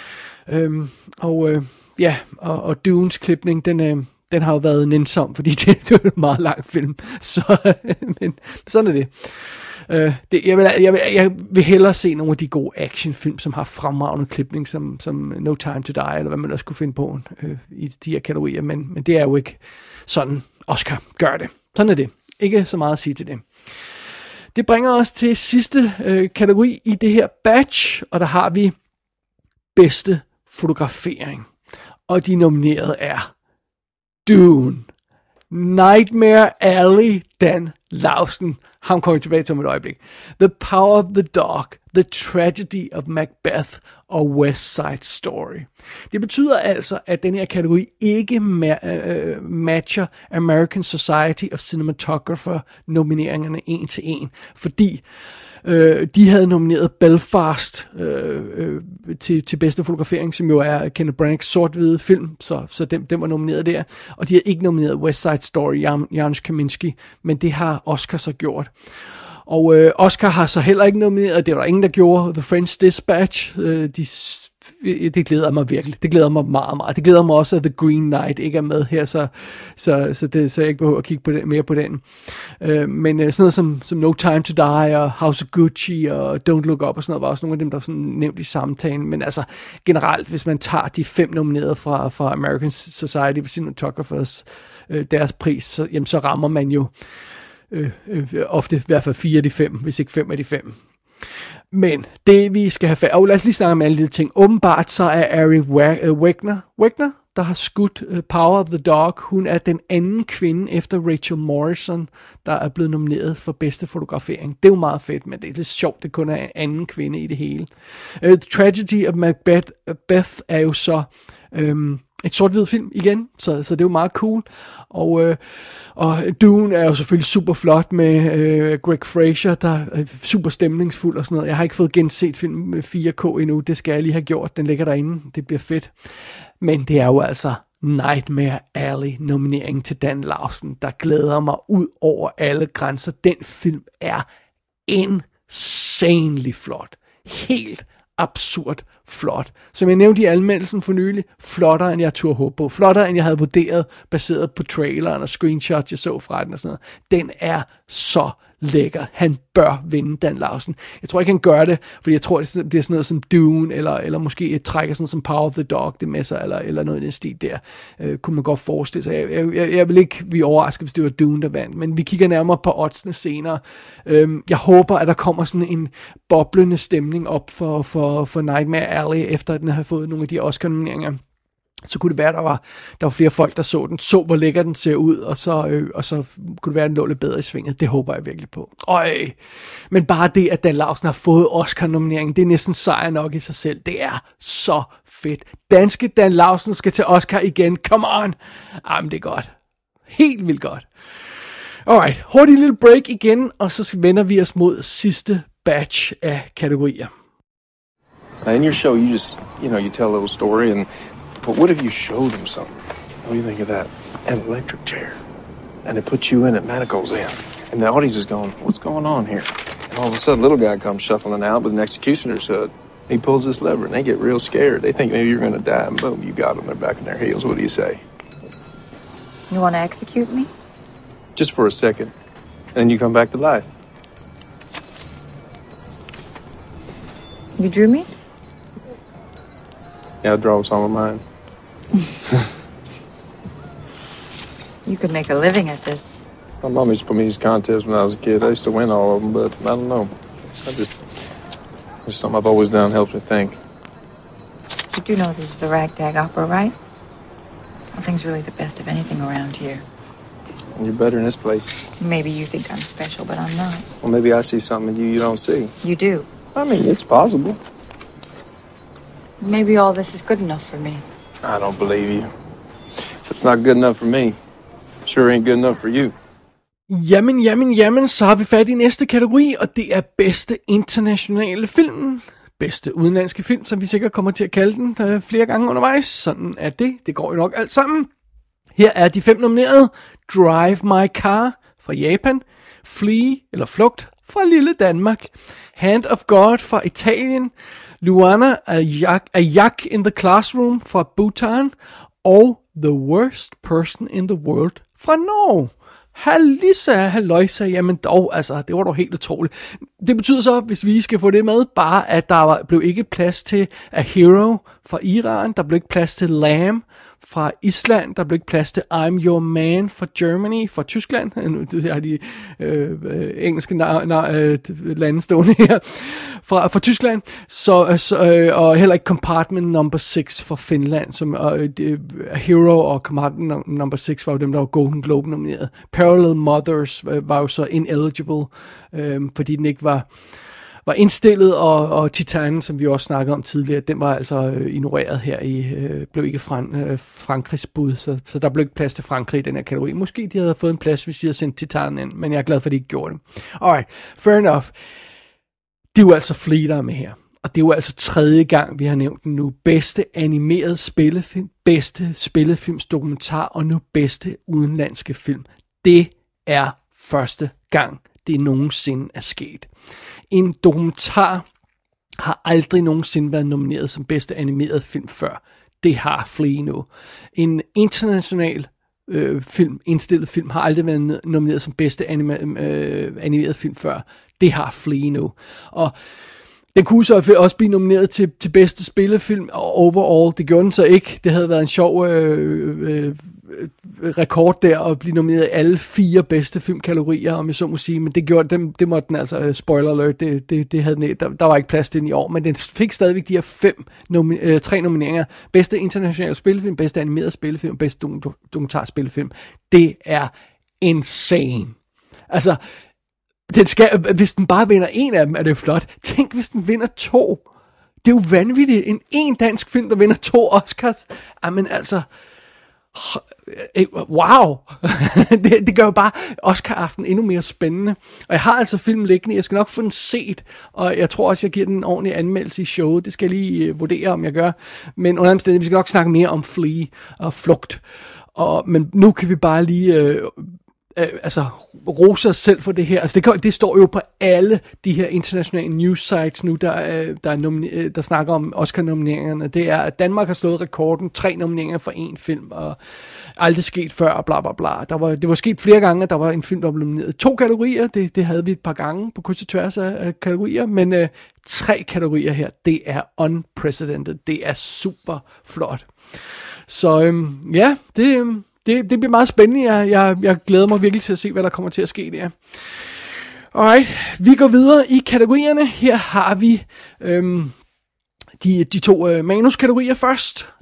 Og Dunes klipning, den har jo været nænsom, fordi det er en meget lang film, så men sådan er det. Jeg vil hellere se nogle af de gode actionfilm, som har fremragende klipning, som No Time to Die, eller hvad man også kunne finde på i de her kategorier, men det er jo ikke sådan, Oscar gør det. Sådan er det. Ikke så meget at sige til det. Det bringer os til sidste kategori i det her batch, og der har vi bedste fotografering. Og de nominerede er Dune, Nightmare Alley, Dan Laustsen. Ham kommer vi tilbage til om et øjeblik. The Power of the Dog, The Tragedy of Macbeth og West Side Story. Det betyder altså, at den her kategori ikke matcher American Society of Cinematographer nomineringerne 1 til 1, fordi de havde nomineret Belfast til bedste fotografering, som jo er Kenneth Branaghs sort-hvide film, så den var nomineret der. Og de havde ikke nomineret West Side Story, Janusz Kaminski, men det har Oscar så gjort. Og Oscar har så heller ikke nomineret, det var der ingen, der gjorde, The French Dispatch. Det glæder mig virkelig. Det glæder mig meget, meget. Det glæder mig også, at The Green Knight ikke er med her, så jeg ikke behøver at kigge på mere på den. Men sådan noget som No Time to Die og House of Gucci og Don't Look Up og sådan noget, var også nogle af dem, der var sådan nævnt i samtalen. Men altså generelt, hvis man tager de 5 nominerede fra American Society of Cinematographers, deres pris, så rammer man jo ofte i hvert fald 4 af de 5, hvis ikke 5 af de 5. Men det vi skal have lad os lige snakke om alle de ting. Åbenbart så er Ari Wegner, der har skudt Power of the Dog. Hun er den anden kvinde efter Rachel Morrison, der er blevet nomineret for bedste fotografering. Det er jo meget fedt, men det er lidt sjovt, det kun er en anden kvinde i det hele. The Tragedy of Macbeth er jo så et sort-hvid film igen, så det er jo meget cool. Og Dune er jo selvfølgelig super flot med Greg Fraser, der er super stemningsfuld og sådan noget. Jeg har ikke fået genset film med 4K endnu, det skal jeg lige have gjort. Den ligger derinde, det bliver fedt. Men det er jo altså Nightmare Alley nomineringen til Dan Laustsen, der glæder mig ud over alle grænser. Den film er insanely flot. Helt absurd flot. Som jeg nævnte i anmeldelsen for nylig, flottere end jeg turde håbe på. Flottere end jeg havde vurderet, baseret på traileren og screenshots, jeg så fra den og sådan noget. Den er så lækker. Han bør vinde, Dan Laustsen. Jeg tror ikke, han gør det, fordi jeg tror, det bliver sådan noget som Dune, eller måske et trækker sådan som Power of the Dog, det med sig, eller noget i den stil der. Kunne man godt forestille sig. Jeg vil ikke blive overrasket, hvis det var Dune, der vandt, men vi kigger nærmere på oddsene senere. Jeg håber, at der kommer sådan en boblende stemning op for Nightmare Alley, efter at den har fået nogle af de Oscar-nomineringer. så kunne det være, der var flere folk, der så hvor lækker den ser ud, og så kunne det være, den lå lidt bedre i svinget. Det håber jeg virkelig på. Men bare det, at Dan Laustsen har fået Oscar-nomineringen, det er næsten sejr nok i sig selv. Det er så fedt. Danske Dan Laustsen skal til Oscar igen. Come on! Jamen, det er godt. Helt vildt godt. Alright, hurtigt lille break igen, og så vender vi os mod sidste batch af kategorier. In your show, you just, you tell a little story, but what if you showed them something? What do you think of that? An electric chair. And they put you in it, Matt goes in. And the audience is going, what's going on here? And all of a sudden, little guy comes shuffling out with an executioner's hood. He pulls this lever, and they get real scared. They think maybe you're going to die, and boom, you got them. They're back in their heels. What do you say? You want to execute me? Just for a second. And then you come back to life. You drew me? Yeah, I draw some of mine. You could make a living at this. My mom used to put me in these contests when I was a kid. I used to win all of them, but I don't know. It's something I've always done, helps me think. You do know this is the ragtag opera, right? Nothing's really the best of anything around here. And you're better in this place. Maybe you think I'm special, but I'm not. Well, maybe I see something in you don't see. You do. I mean, it's possible. Maybe all this is good enough for me. I don't believe you. If it's not good enough for me, sure ain't good enough for you. Jamen, så har vi fat i næste kategori, og det er bedste internationale film. Bedste udenlandske film, som vi sikkert kommer til at kalde den flere gange undervejs. Sådan er det. Det går jo nok alt sammen. Her er de 5 nominerede. Drive My Car fra Japan. Flee, eller Flugt, fra lille Danmark. Hand of God fra Italien. Luana Ayak in the Classroom fra Bhutan. Og The Worst Person in the World fra Norge. Halløjsa, jamen dog, altså, det var dog helt utroligt. Det betyder så, hvis vi skal få det med, bare at der blev ikke plads til A Hero fra Iran, der blev ikke plads til Lamb fra Island, der blev ikke plads til I'm Your Man fra Germany, fra Tyskland, det har de engelske lande stående her, fra Tyskland, og heller ikke Compartment Number 6 fra Finland, som A Hero og Compartment Number 6 var jo dem, der var Golden Globe nomineret. Parallel Mothers var jo så ineligible, fordi den ikke var indstillet, og Titanen, som vi også snakkede om tidligere, den var altså ignoreret her blev ikke Frankrigs bud, så der blev ikke plads til Frankrig i den her kategori. Måske de havde fået en plads, hvis de havde sendt Titanen ind, men jeg er glad for, at de ikke gjorde det. Alright, fair enough. Det er jo altså Flee, der er med her. Og det er jo altså 3. gang, vi har nævnt den nu. Bedste animeret spillefilm, bedste spillefilmsdokumentar, og nu bedste udenlandske film. Det er første gang, det nogensinde er sket. En dokumentar har aldrig nogensinde været nomineret som bedste animeret film før. Det har Flee nu. En international indstillet film har aldrig været nomineret som bedste animeret film før. Det har Flee nu. Og den kunne så også blive nomineret til bedste spillefilm overall. Det gjorde den så ikke. Det havde været en sjov rekord der at blive nomineret i alle 4 bedste filmkategorier, om jeg så må sige, men det måtte den altså, spoiler alert, det havde den, der var ikke plads til den i år, men den fik stadigvæk de her 3 nomineringer. Bedste internationale spillefilm, bedste animeret spillefilm, bedste dokumentarspillefilm. Det er insane. Altså, hvis den bare vinder en af dem, er det flot. Tænk, hvis den vinder 2. Det er jo vanvittigt. En dansk film, der vinder 2 Oscars. Jamen altså, wow. det gør jo bare Oscar-aften endnu mere spændende. Og jeg har altså filmen liggende. Jeg skal nok få den set. Og jeg tror også, jeg giver den en ordentlig anmeldelse i showet. Det skal jeg lige vurdere, om jeg gør. Men under andet sted, vi skal nok snakke mere om Flee og Flugt. Men nu kan vi bare lige rose os selv for det her. Altså det står jo på alle de her internationale news sites nu, der snakker om Oscar-nomineringerne. Det er, at Danmark har slået rekorden, 3 nomineringer for en film, og aldrig sket før, og bla bla bla. Det var sket flere gange, at der var en film, der blev nomineret 2 kategorier. Det havde vi et par gange på kryds og tværs af kategorier, men 3 kategorier her, det er unprecedented. Det er super flot. Så ja, det bliver meget spændende. Jeg glæder mig virkelig til at se, hvad der kommer til at ske der. Alright, vi går videre i kategorierne. Her har vi de 2 manuskategorier først.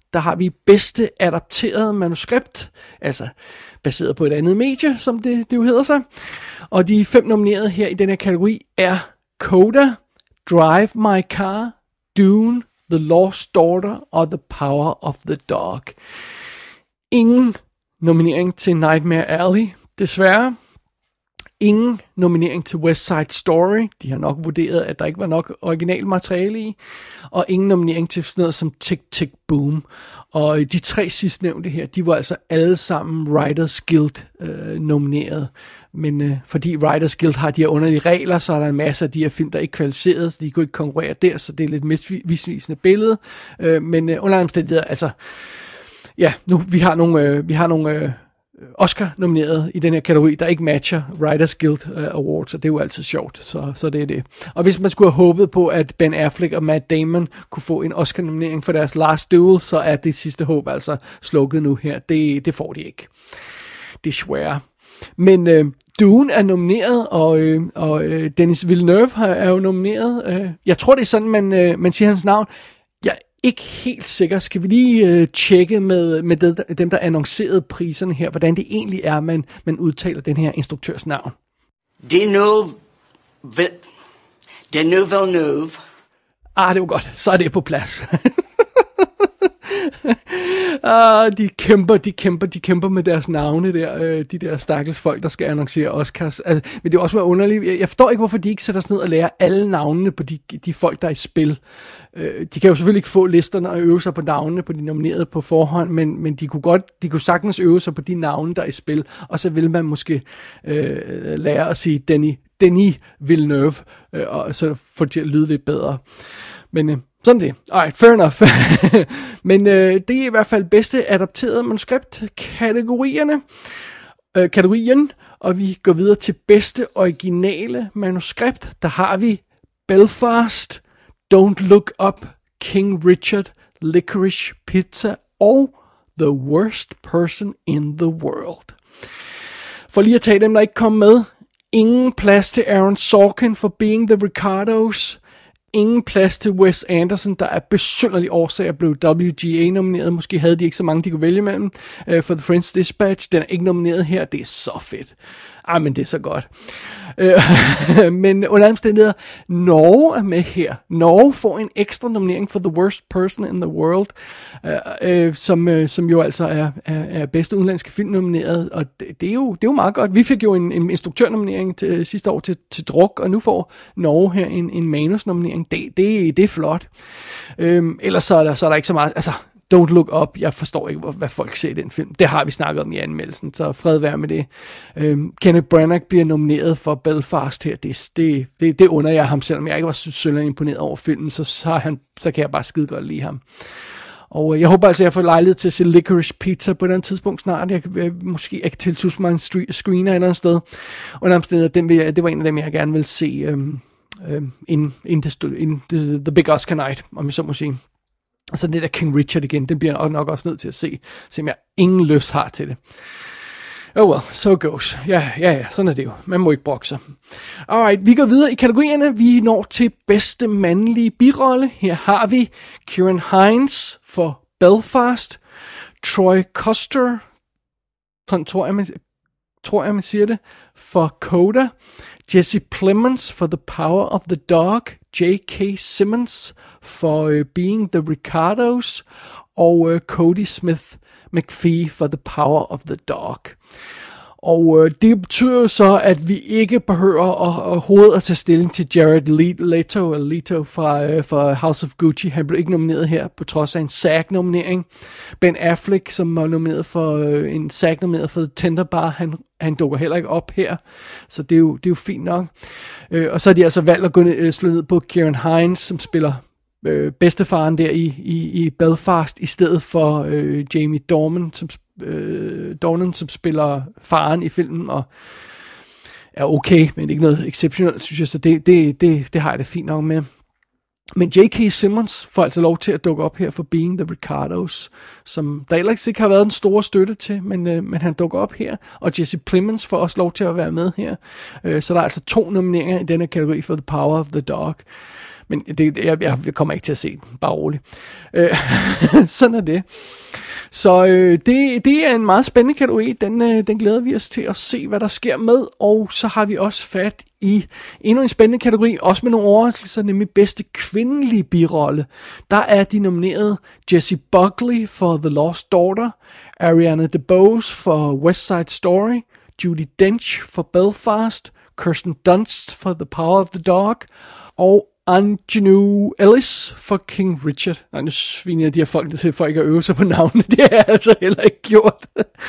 der har vi bedste adapteret manuskript, altså baseret på et andet medie, som det jo hedder sig. Og de 5 nominerede her i den her kategori er Coda, Drive My Car, Dune, The Lost Daughter og The Power of the Dog. Ingen nominering til Nightmare Alley, desværre. Ingen nominering til West Side Story. De har nok vurderet, at der ikke var nok original materiale i. Og ingen nominering til sådan noget som Tick Tick Boom. Og de 3 sidstnævnte her, de var altså alle sammen Writers Guild nomineret. Men fordi Writers Guild har de her underlige regler, så er der en masse af de her film, der ikke kvalificeret, så de kunne ikke konkurrere der, så det er lidt misvisende billede. Men under omstændigheder, altså, ja, nu vi har nogle Oscar-nomineret i den her kategori, der ikke matcher Writers Guild Awards, så det er jo altid sjovt, så det er det. Og hvis man skulle have håbet på, at Ben Affleck og Matt Damon kunne få en Oscar-nominering for deres Last Duel, så er det sidste håb altså slukket nu her. Det får de ikke. Det er svært. Men Dune er nomineret, og Denis Villeneuve er jo nomineret. Jeg tror, det er sådan, man siger hans navn. Jeg er ikke helt sikker. Skal vi lige tjekke med dem, der annoncerede priserne her, hvordan det egentlig er, man udtaler den her instruktørs navn. Denis Villeneuve. Det var godt. Så er det på plads. De kæmper med deres navne der, de der stakkels folk, der skal annoncere Oscars. Altså, men det er også meget underligt. Jeg forstår ikke, hvorfor de ikke sætter sig ned og lærer alle navnene på de folk, der er i spil. De kan jo selvfølgelig ikke få listerne og øve sig på navnene på de nominerede på forhånd, men de kunne sagtens øve sig på de navne, der er i spil, og så vil man måske lære at sige Denis Villeneuve, og så få det til at lyde lidt bedre. Men sådan det. Alright, fair enough. Men det er i hvert fald bedste adapterede manuskript-kategorien, og vi går videre til bedste originale manuskript. Der har vi Belfast, Don't Look Up, King Richard, Licorice Pizza og The Worst Person in the World. For lige at tage dem, der ikke kom med. Ingen plads til Aaron Sorkin for Being the Ricardos. Ingen plads til Wes Anderson, der er besynderlig årsager blev WGA nomineret. Måske havde de ikke så mange, de kunne vælge mellem. For The French Dispatch, den er ikke nomineret her. Det er så fedt. Men det er så godt. Men under omstændigheder, Norge er med her. Norge får en ekstra nominering for The Worst Person in the World, som jo altså er bedste udenlandske film nomineret, og det er jo meget godt. Vi fik jo en instruktørnominering sidste år til Druk, og nu får Norge her en manusnominering. Det er flot. Ellers så er der ikke så meget, altså Don't Look Up, jeg forstår ikke, hvad folk ser i den film. Det har vi snakket om i anmeldelsen, så fred være med det. Kenneth Branagh bliver nomineret for Belfast her. Det under jeg ham, selvom jeg ikke var så imponeret over filmen, så kan jeg bare skide godt lide ham. Og jeg håber altså, at jeg får lejlighed til at se Licorice Pizza på den tidspunkt snart. Jeg måske ikke tiltusse mig en screener et eller andet sted. Under omstændigheder, det var en af dem, jeg gerne vil se in the Big Oscar Night, om jeg så må sige. Og så det der King Richard igen, det bliver jeg nok også nødt til at se, selvom jeg ingen lyst har til det. Oh well, so goes. Ja, sådan er det jo. Man må ikke brokke sig. Alright, vi går videre i kategorierne. Vi når til bedste mandlige birolle. Her har vi Ciarán Hinds for Belfast, Troy Kotsur, tror jeg man siger det, for Coda, Jesse Plemons for The Power of the Dog, J.K. Simmons for Being the Ricardos, og Cody Smith McPhee for The Power of the Dog. Og det betyder jo så, at vi ikke behøver at tage stilling til Jared Leto fra House of Gucci. Han blev ikke nomineret her, på trods af en SAG-nominering. Ben Affleck, som var nomineret for en SAG-nomineret for The Tender Bar, han dukker heller ikke op her. Så det er jo fint nok. Og så har de altså valgt at slå ned på Ciarán Hinds, som spiller bedstefaren der i Belfast, i stedet for Jamie Dornan, som spiller faren i filmen, og er okay, men ikke noget exceptionelt, synes jeg, så det har jeg det fint nok med. Men J.K. Simmons får altså lov til at dukke op her for Being the Ricardos, som der ellers ikke har været en stor støtte til, men han dukker op her, og Jesse Plemons får også lov til at være med her. Så der er altså 2 nomineringer i denne kategori for The Power of the Dog. Men jeg kommer ikke til at se den, bare roligt. Sådan er det. Så det er en meget spændende kategori. Den glæder vi os til at se, hvad der sker med. Og så har vi også fat i endnu en spændende kategori, også med nogle overraskelser, nemlig bedste kvindelige birolle. Der er de nomineret Jessie Buckley for The Lost Daughter, Ariana DeBose for West Side Story, Judi Dench for Belfast, Kirsten Dunst for The Power of the Dog, og Anjanou Ellis for King Richard. Nej, nu sviner jeg de her folk til, for ikke at øve sig på navnene. Det har jeg altså heller ikke gjort.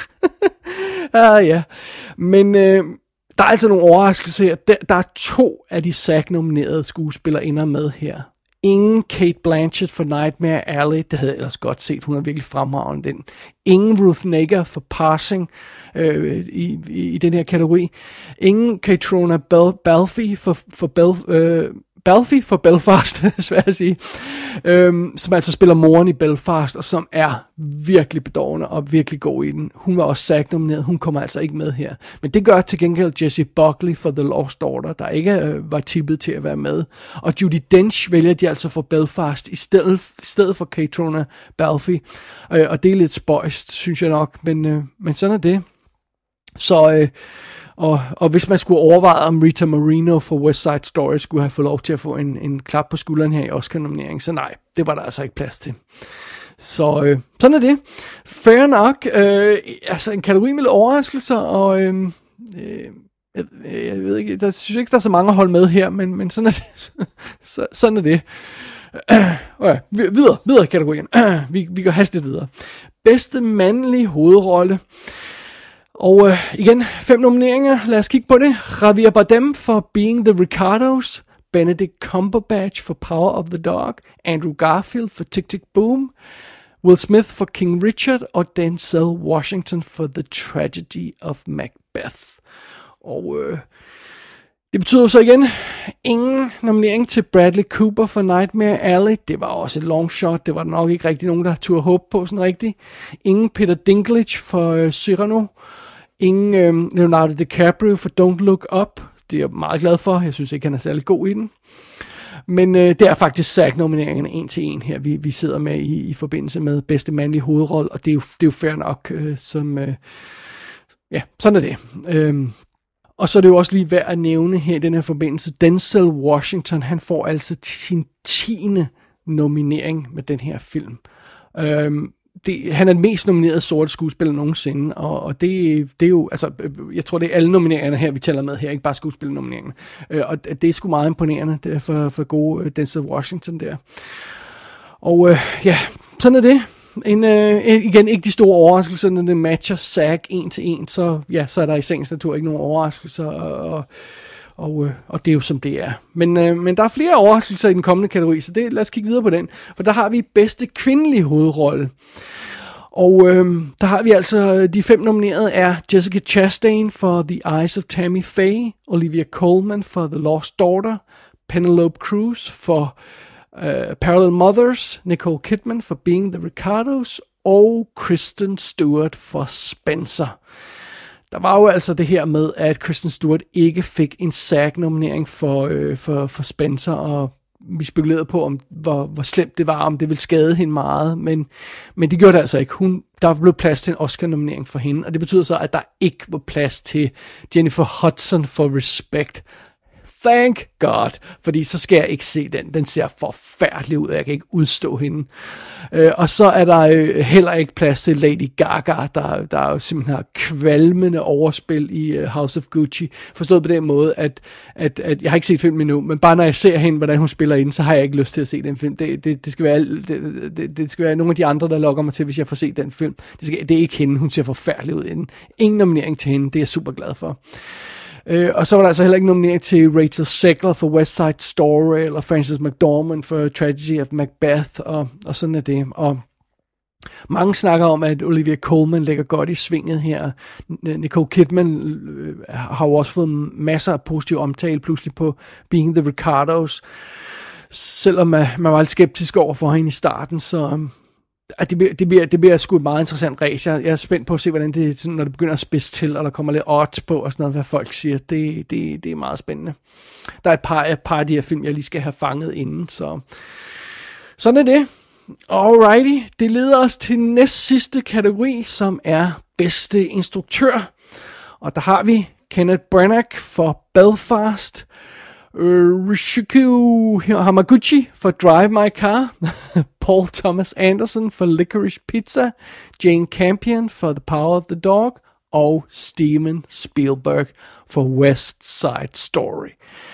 Ja. Men der er altså nogle overraskelser her. Der er 2 af de SAG-nominerede skuespillere ender med her. Ingen Cate Blanchett for Nightmare Alley. Det havde jeg ellers godt set. Hun er virkelig fremragende den. Ingen Ruth Negga for Passing i den her kategori. Ingen Catriona Balfe for Belfast, svært at sige, som altså spiller moren i Belfast, og som er virkelig bedårende og virkelig god i den. Hun var også SAG-nomineret, hun kommer altså ikke med her. Men det gør til gengæld Jessie Buckley for The Lost Daughter, der ikke var tippet til at være med. Og Judi Dench vælger de altså for Belfast i stedet for Catriona Balfe. Og det er lidt spøjst, synes jeg nok, men sådan er det. Så... Og hvis man skulle overveje, om Rita Moreno for West Side Story skulle have fået lov til at få en klap på skulderen her i Oscar-nomineringen, så nej, det var der altså ikke plads til. Så sådan er det. Fair nok. Altså en kategori med overraskelser, og jeg ved ikke, der synes ikke, der er så mange at holde med her, men sådan er det. Sådan er det. Okay, videre kategorien. Vi går hastigt videre. Bedste mandlige hovedrolle. Og igen, 5 nomineringer. Lad os kigge på det. Javier Bardem for Being the Ricardos, Benedict Cumberbatch for Power of the Dog, Andrew Garfield for Tick Tick Boom, Will Smith for King Richard og Denzel Washington for The Tragedy of Macbeth. Og det betyder så igen ingen nominering til Bradley Cooper for Nightmare Alley. Det var også et long shot. Det var nok ikke rigtig nogen, der turde håbe på sådan rigtigt. Ingen Peter Dinklage for Cyrano. Ingen Leonardo DiCaprio for Don't Look Up. Det er jeg meget glad for. Jeg synes ikke, han er særlig god i den. Men det er faktisk SAG-nomineringerne 1-1 her, vi sidder med i forbindelse med bedste mandlige hovedrolle. Og det er jo fair nok, ja, sådan er det. Og så er det jo også lige værd at nævne her i den her forbindelse, Denzel Washington, han får altså sin 10. nominering med den her film. Han er den mest nominerede sorte skuespiller nogensinde, og det er jo, altså, jeg tror det er alle nomineringerne her, vi tæller med her, ikke bare skuespillernomineringerne. Og det er sgu meget imponerende det er for gode Denzel Washington der. Og ja, sådan er det. Igen ikke de store overraskelser, når det matcher SAG 1-1, så ja, så er der i sagens natur ikke nogen overraskelser, og det er jo som det er. Men der er flere overraskelser i den kommende kategori, så lad os kigge videre på den, for der har vi bedste kvindelige hovedrolle. Og der har vi altså, de 5 nominerede er Jessica Chastain for The Eyes of Tammy Faye, Olivia Colman for The Lost Daughter, Penelope Cruz for Parallel Mothers, Nicole Kidman for Being the Ricardos og Kristen Stewart for Spencer. Der var jo altså det her med, at Kristen Stewart ikke fik en SAG-nominering for Spencer, og vi spekulerede på, hvor slemt det var, om det ville skade hende meget, men det gjorde det altså ikke. Der blev plads til en Oscar-nominering for hende, og det betyder så, at der ikke var plads til Jennifer Hudson for Respect. Thank God, fordi så skal jeg ikke se den. Den ser forfærdelig ud, og jeg kan ikke udstå hende. Og så er der heller ikke plads til Lady Gaga, der jo simpelthen har kvalmende overspil i House of Gucci. Forstået på den måde, at jeg har ikke set filmen endnu, men bare når jeg ser hende, hvordan hun spiller ind, så har jeg ikke lyst til at se den film. Det skal være nogle af de andre, der lokker mig til, hvis jeg får set den film. Det er ikke hende, hun ser forfærdelig ud i den. Ingen nominering til hende, det er jeg super glad for. Og så var der altså heller ikke nominering til Rachel Zegler for West Side Story, eller Frances McDormand for Tragedy of Macbeth, og sådan er det. Og mange snakker om, at Olivia Colman lægger godt i svinget her. Nicole Kidman har jo også fået masser af positiv omtale pludselig på Being the Ricardos. Selvom man var lidt skeptisk over for hende i starten, så det bliver sgu et meget interessant race. Jeg er spændt på at se, hvordan det sådan, når det begynder at spidse til, og der kommer lidt odds på, og sådan noget, hvad folk siger. Det er meget spændende. Der er et par af de her film, jeg lige skal have fanget inden, så sådan er det. Alrighty, det leder os til næst sidste kategori, som er bedste instruktør. Og der har vi Kenneth Branagh for Belfast, Ryuichi Hamaguchi for Drive My Car, Paul Thomas Anderson for Licorice Pizza, Jane Campion for The Power of the Dog, og Steven Spielberg for West Side Story.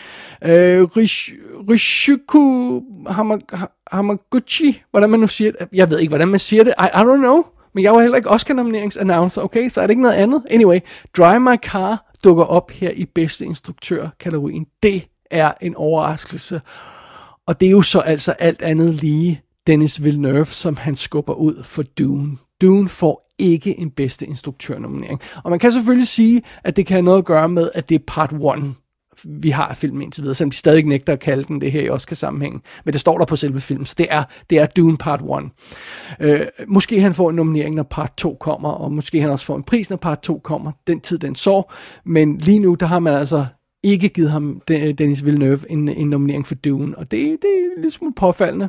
Ryuichi Hamaguchi, hvordan man nu siger det, jeg ved ikke, hvordan man siger det, I don't know, men jeg var heller ikke Oscar-nominerings-announcer, okay, så er det ikke noget andet. Anyway, Drive My Car dukker op her i bedste instruktør-kategorien. Det er en overraskelse, og det er jo så altså alt andet lige Denis Villeneuve, som han skubber ud for Dune. Dune får ikke en bedste instruktør-nominering, og man kan selvfølgelig sige, at det kan have noget at gøre med, at det er part 1, vi har af filmen indtil videre, selvom de stadig nægter at kalde den det her i Oscar-sammenhængen. Men det står der på selve filmen, så det er Dune Part 1. Måske han får en nominering, når Part 2 kommer, og måske han også får en pris, når Part 2 kommer. Den tid, den så. Men lige nu, der har man altså ikke givet ham, Denis Villeneuve, en nominering for Dune, og det er lidt smule påfaldende.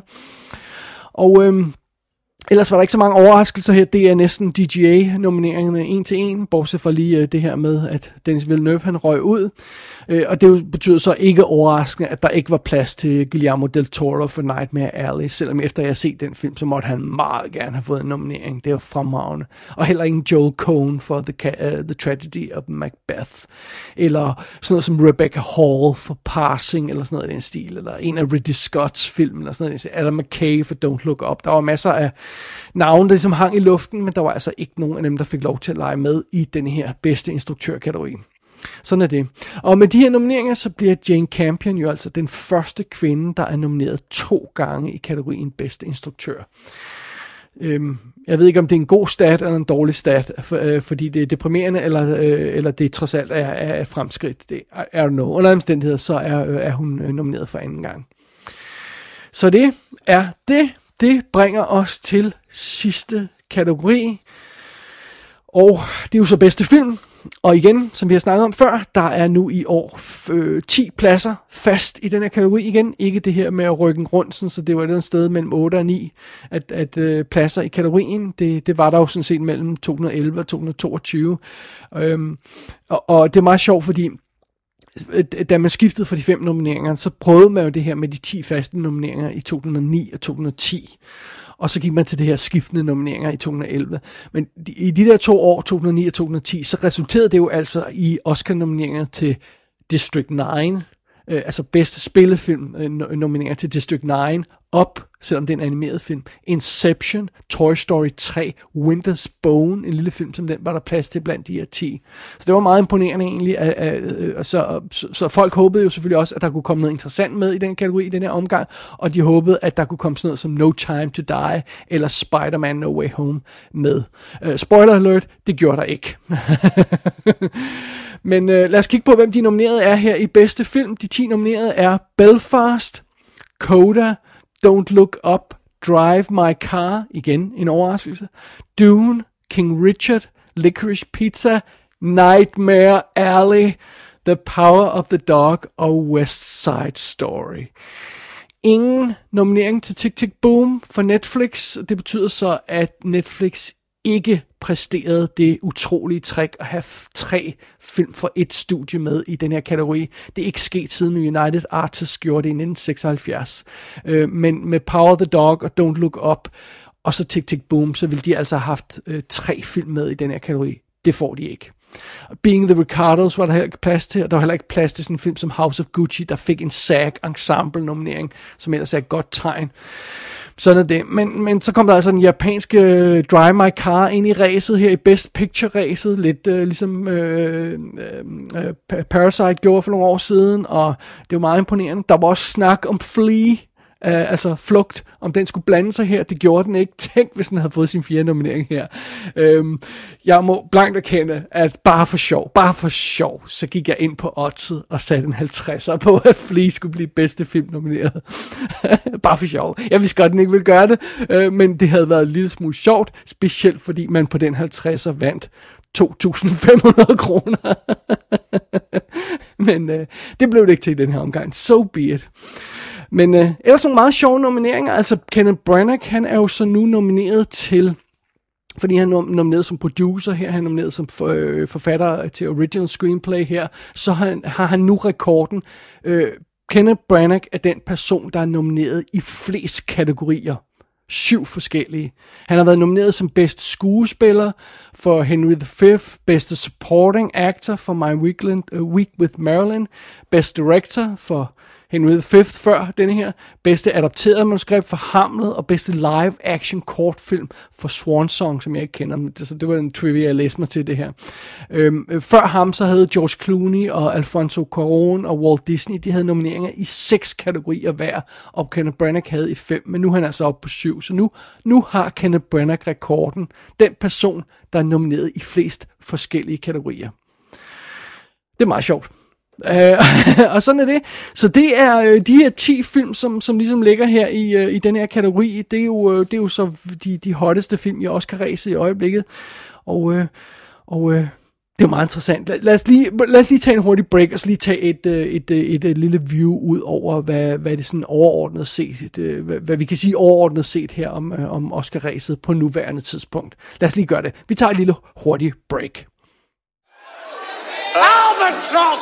Og ellers var der ikke så mange overraskelser her. Det er næsten DGA-nomineringerne 1-1, bortset fra lige det her med, at Denis Villeneuve han røg ud. Og det betyder så ikke overraskende, at der ikke var plads til Guillermo del Toro for Nightmare Alley, selvom efter jeg har set den film, så måtte han meget gerne have fået en nominering. Det er jo fremragende. Og heller ingen Joel Coen for The Tragedy of Macbeth, eller sådan noget som Rebecca Hall for Passing, eller sådan noget i den stil, eller en af Ridley Scotts film, eller sådan noget. Adam McKay for Don't Look Up. Der var masser af navne, der ligesom hang i luften, men der var altså ikke nogen af dem, der fik lov til at lege med i den her bedste instruktørkategori. Sådan er det. Og med de her nomineringer, så bliver Jane Campion jo altså den første kvinde, der er nomineret 2 gange i kategorien bedste instruktør. Jeg ved ikke, om det er en god stat eller en dårlig stat, fordi det er deprimerende, eller det trods alt er et fremskridt. Det er no. Under omstændigheder, så er hun nomineret for anden gang. Så det er det. Det bringer os til sidste kategori. Og det er jo så bedste film. Og igen, som vi har snakket om før, der er nu i år 10 pladser fast i den her kategori igen. Ikke det her med at rykke rundt, så det var et sted mellem 8 og 9 at pladser i kategorien. Det var der jo sådan set mellem 2011 og 2022. Og det er meget sjovt, fordi da man skiftede fra de 5 nomineringer, så prøvede man jo det her med de 10 faste nomineringer i 2009 og 2010. Og så gik man til det her skiftende nomineringer i 2011. Men i de der 2 år, 2009 og 2010, så resulterede det jo altså i Oscar-nomineringer til District 9, altså bedste spillefilm nomineringer til District 9, Up, selvom det er en animeret film, Inception, Toy Story 3, Winter's Bone, en lille film som den, var der plads til blandt de her 10. Så det var meget imponerende egentlig, så folk håbede jo selvfølgelig også, at der kunne komme noget interessant med i den kategori i den her omgang, og de håbede, at der kunne komme sådan noget som No Time to Die, eller Spider-Man No Way Home med. Spoiler alert, det gjorde der ikke. Men lad os kigge på, hvem de nominerede er her i bedste film. De 10 nominerede er Belfast, Coda, Don't Look Up, Drive My Car, igen en overraskelse, Dune, King Richard, Licorice Pizza, Nightmare Alley, The Power of the Dog og West Side Story. Ingen nominering til Tick Tick Boom for Netflix. Det betyder så, at Netflix ikke præsterede det utrolige trick at have 3 film for et studie med i den her kategori. Det er ikke sket siden United Artists gjorde det i 1976. Men med Power of the Dog og Don't Look Up og så Tick Tick Boom, så ville de altså have haft 3 film med i den her kategori. Det får de ikke. Being the Ricardos var der heller ikke plads til, og der var heller ikke plads til sådan en film som House of Gucci, der fik en SAG Ensemble nominering, som ellers er et godt tegn. Sådan er det. Men så kom der altså den japanske Drive My Car ind i ræset her i Best Picture-ræset, lidt ligesom Parasite gjorde for nogle år siden, og det var meget imponerende. Der var også snak om Flea, altså Flugt, om den skulle blande sig her. Det gjorde den ikke. Tænk, hvis den havde fået sin 4. nominering her. Jeg må blankt erkende, at bare for sjov, så gik jeg ind på oddset og satte en 50'er på, at Flea skulle blive bedste film nomineret. Bare for sjov. Jeg vidste godt, den ikke ville gøre det, men det havde været en lille smule sjovt, specielt fordi man på den 50'er vandt 2.500 kroner. Men det blev det ikke til i den her omgang. So be it. Men ellers nogle meget sjove nomineringer. Altså Kenneth Branagh, han er jo så nu nomineret til, fordi han er nomineret som producer her, han er nomineret som forfatter til original screenplay her, så har han nu rekorden. Kenneth Branagh er den person, der er nomineret i flest kategorier. 7 forskellige. Han har været nomineret som bedste skuespiller for Henry V, bedste supporting actor for My Week with Marilyn, best director for Henry V før denne her, bedste adapteret manuskript for Hamlet og bedste live action kortfilm for Swan Song, som jeg ikke kender, så det var en trivia, jeg læste mig til det her. Før ham så havde George Clooney og Alfonso Cuarón og Walt Disney, de havde nomineringer i 6 kategorier hver, og Kenneth Branagh havde i 5, men nu er han altså oppe på 7, så nu har Kenneth Branagh rekorden, den person, der er nomineret i flest forskellige kategorier. Det er meget sjovt. Og sådan er det. Så det er de her 10 film, som ligesom ligger her i den her kategori. Det er jo så de hotteste film i Oscar-ræset i øjeblikket. Og det er jo meget interessant. Lad os lige tage en hurtig break, og så lige tage et lille view ud over, hvad det sådan overordnet set, hvad vi kan sige overordnet set her om Oscar-ræset på nuværende tidspunkt. Lad os lige gøre det. Vi tager et lille hurtigt break. Albatross!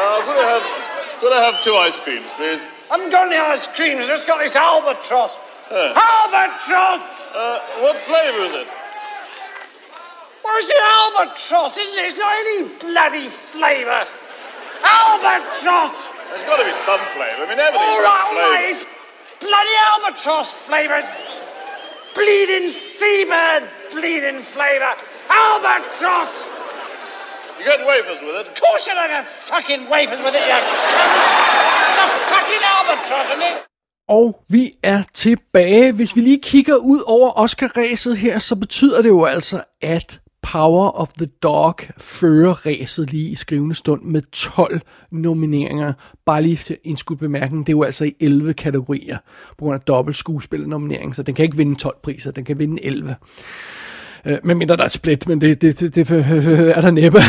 Could I have 2 ice creams, please? I haven't got any ice creams, I just got this albatross. Albatross! What flavour is it? Where's the albatross, isn't it? It's not any bloody flavour. Albatross! There's got to be some flavour. I mean, everything's all got right, flavour. all right, it's bloody albatross flavour. It's bleeding seabird bleeding flavour. Albatross! You get wafers with it? Of course you don't have fucking wafers with it, you cunt! The fucking albatross, isn't it? Og vi er tilbage. Hvis vi lige kigger ud over Oscar-ræset her, så betyder det jo altså, at Power of the Dog fører ræset lige i skrivende stund med 12 nomineringer. Bare lige til indskudt bemærkning, det er jo altså i 11 kategorier på grund af dobbelt skuespillernominering, så den kan ikke vinde 12 priser, den kan vinde 11. Medmindre der er et split, men det er der næppe.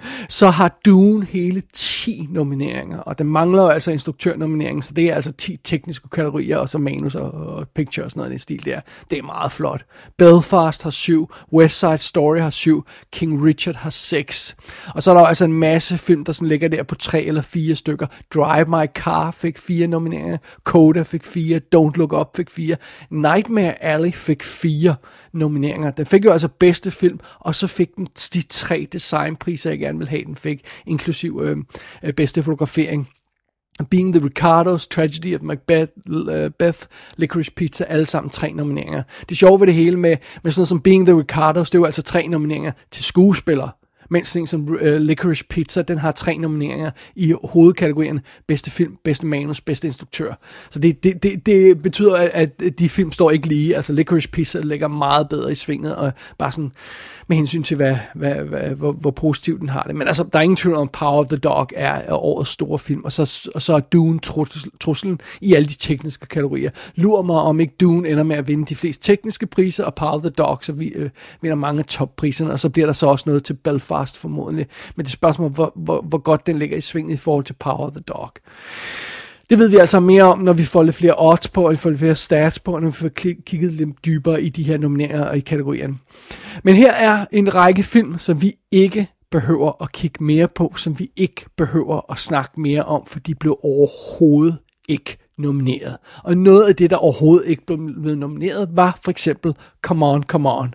Så har Dune hele 10 nomineringer, og den mangler jo altså instruktørnomineringen, så det er altså 10 tekniske kategorier, og så manus og picture og sådan noget i den stil der. Det er meget flot. Belfast har 7, West Side Story har 7, King Richard har 6. Og så er der altså en masse film, der sådan ligger der på 3 eller 4 stykker. Drive My Car fik 4 nomineringer, Coda fik 4, Don't Look Up fik 4, Nightmare Alley fik 4 nomineringer. Den fik jo altså bedste film, og så fik den de 3 designpriser, jeg gerne vil have, den fik, inklusiv bedste fotografering. Being the Ricardos, Tragedy of Macbeth, Licorice Pizza, alle sammen 3 nomineringer. Det sjove ved det hele med sådan noget som Being the Ricardos, det er jo altså 3 nomineringer til skuespillere, mens sådan som Licorice Pizza, den har 3 nomineringer i hovedkategorierne: bedste film, bedste manus, bedste instruktør. Så det betyder, at de film står ikke lige. Altså Licorice Pizza ligger meget bedre i svinget, og bare sådan med hensyn til, hvor positivt den har det. Men altså, der er ingen tvivl om, Power of the Dog er årets store film, og så er Dune truslen i alle de tekniske kategorier. Lurer mig, om ikke Dune ender med at vinde de fleste tekniske priser, og Power of the Dog så vinder mange toppriserne, og så bliver der så også noget til Belfast formodentlig. Men det er spørgsmål, hvor godt den ligger i svinget i forhold til Power of the Dog. Det ved vi altså mere om, når vi får lidt flere odds på, og vi får lidt flere stats på, og når vi får kigget lidt dybere i de her nomineringer og i kategorierne. Men her er en række film, som vi ikke behøver at kigge mere på, som vi ikke behøver at snakke mere om, for de blev overhovedet ikke nomineret. Og noget af det, der overhovedet ikke blev nomineret, var for eksempel Come On, Come On,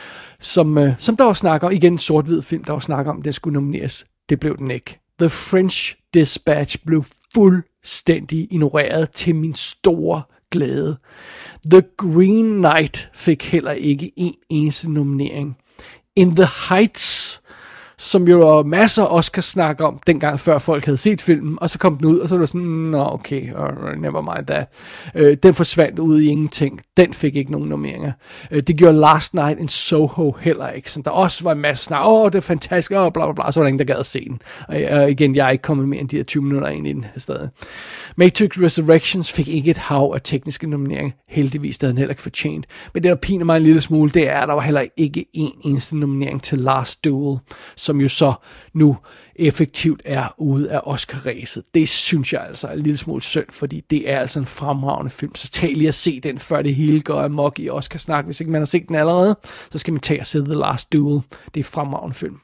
som der var snak om, igen en sort-hvid film, der var snak om, den skulle nomineres. Det blev den ikke. The French Dispatch blev fuldstændig ignoreret til min store glæde. The Green Knight fik heller ikke en eneste nominering. In the Heights, som jo var masser af Oscar-snak om, dengang før folk havde set filmen, og så kom den ud, og så var det sådan, nå okay, never mind that. Den forsvandt ud i ingenting. Den fik ikke nogen nomineringer. Det gjorde Last Night in Soho heller ikke, så der også var en masse snak, det er fantastisk, bla bla bla, så var der ingen, der gad at se den. Og igen, jeg er ikke kommet mere end de her 20 minutter ind i den stadig. Matrix Resurrections fik ikke et hav af tekniske nomineringer, heldigvis, det havde den heller ikke fortjent. Men det, der piner mig en lille smule, det er, at der var heller ikke en eneste nominering til Last Duel, som jo så nu effektivt er ude af Oscar-ræset. Det synes jeg altså er en lille smule synd, fordi det er altså en fremragende film. Så tag lige at se den, før det hele går amok i Oscar-snak. Hvis ikke man har set den allerede, så skal man tage og se The Last Duel. Det er en fremragende film.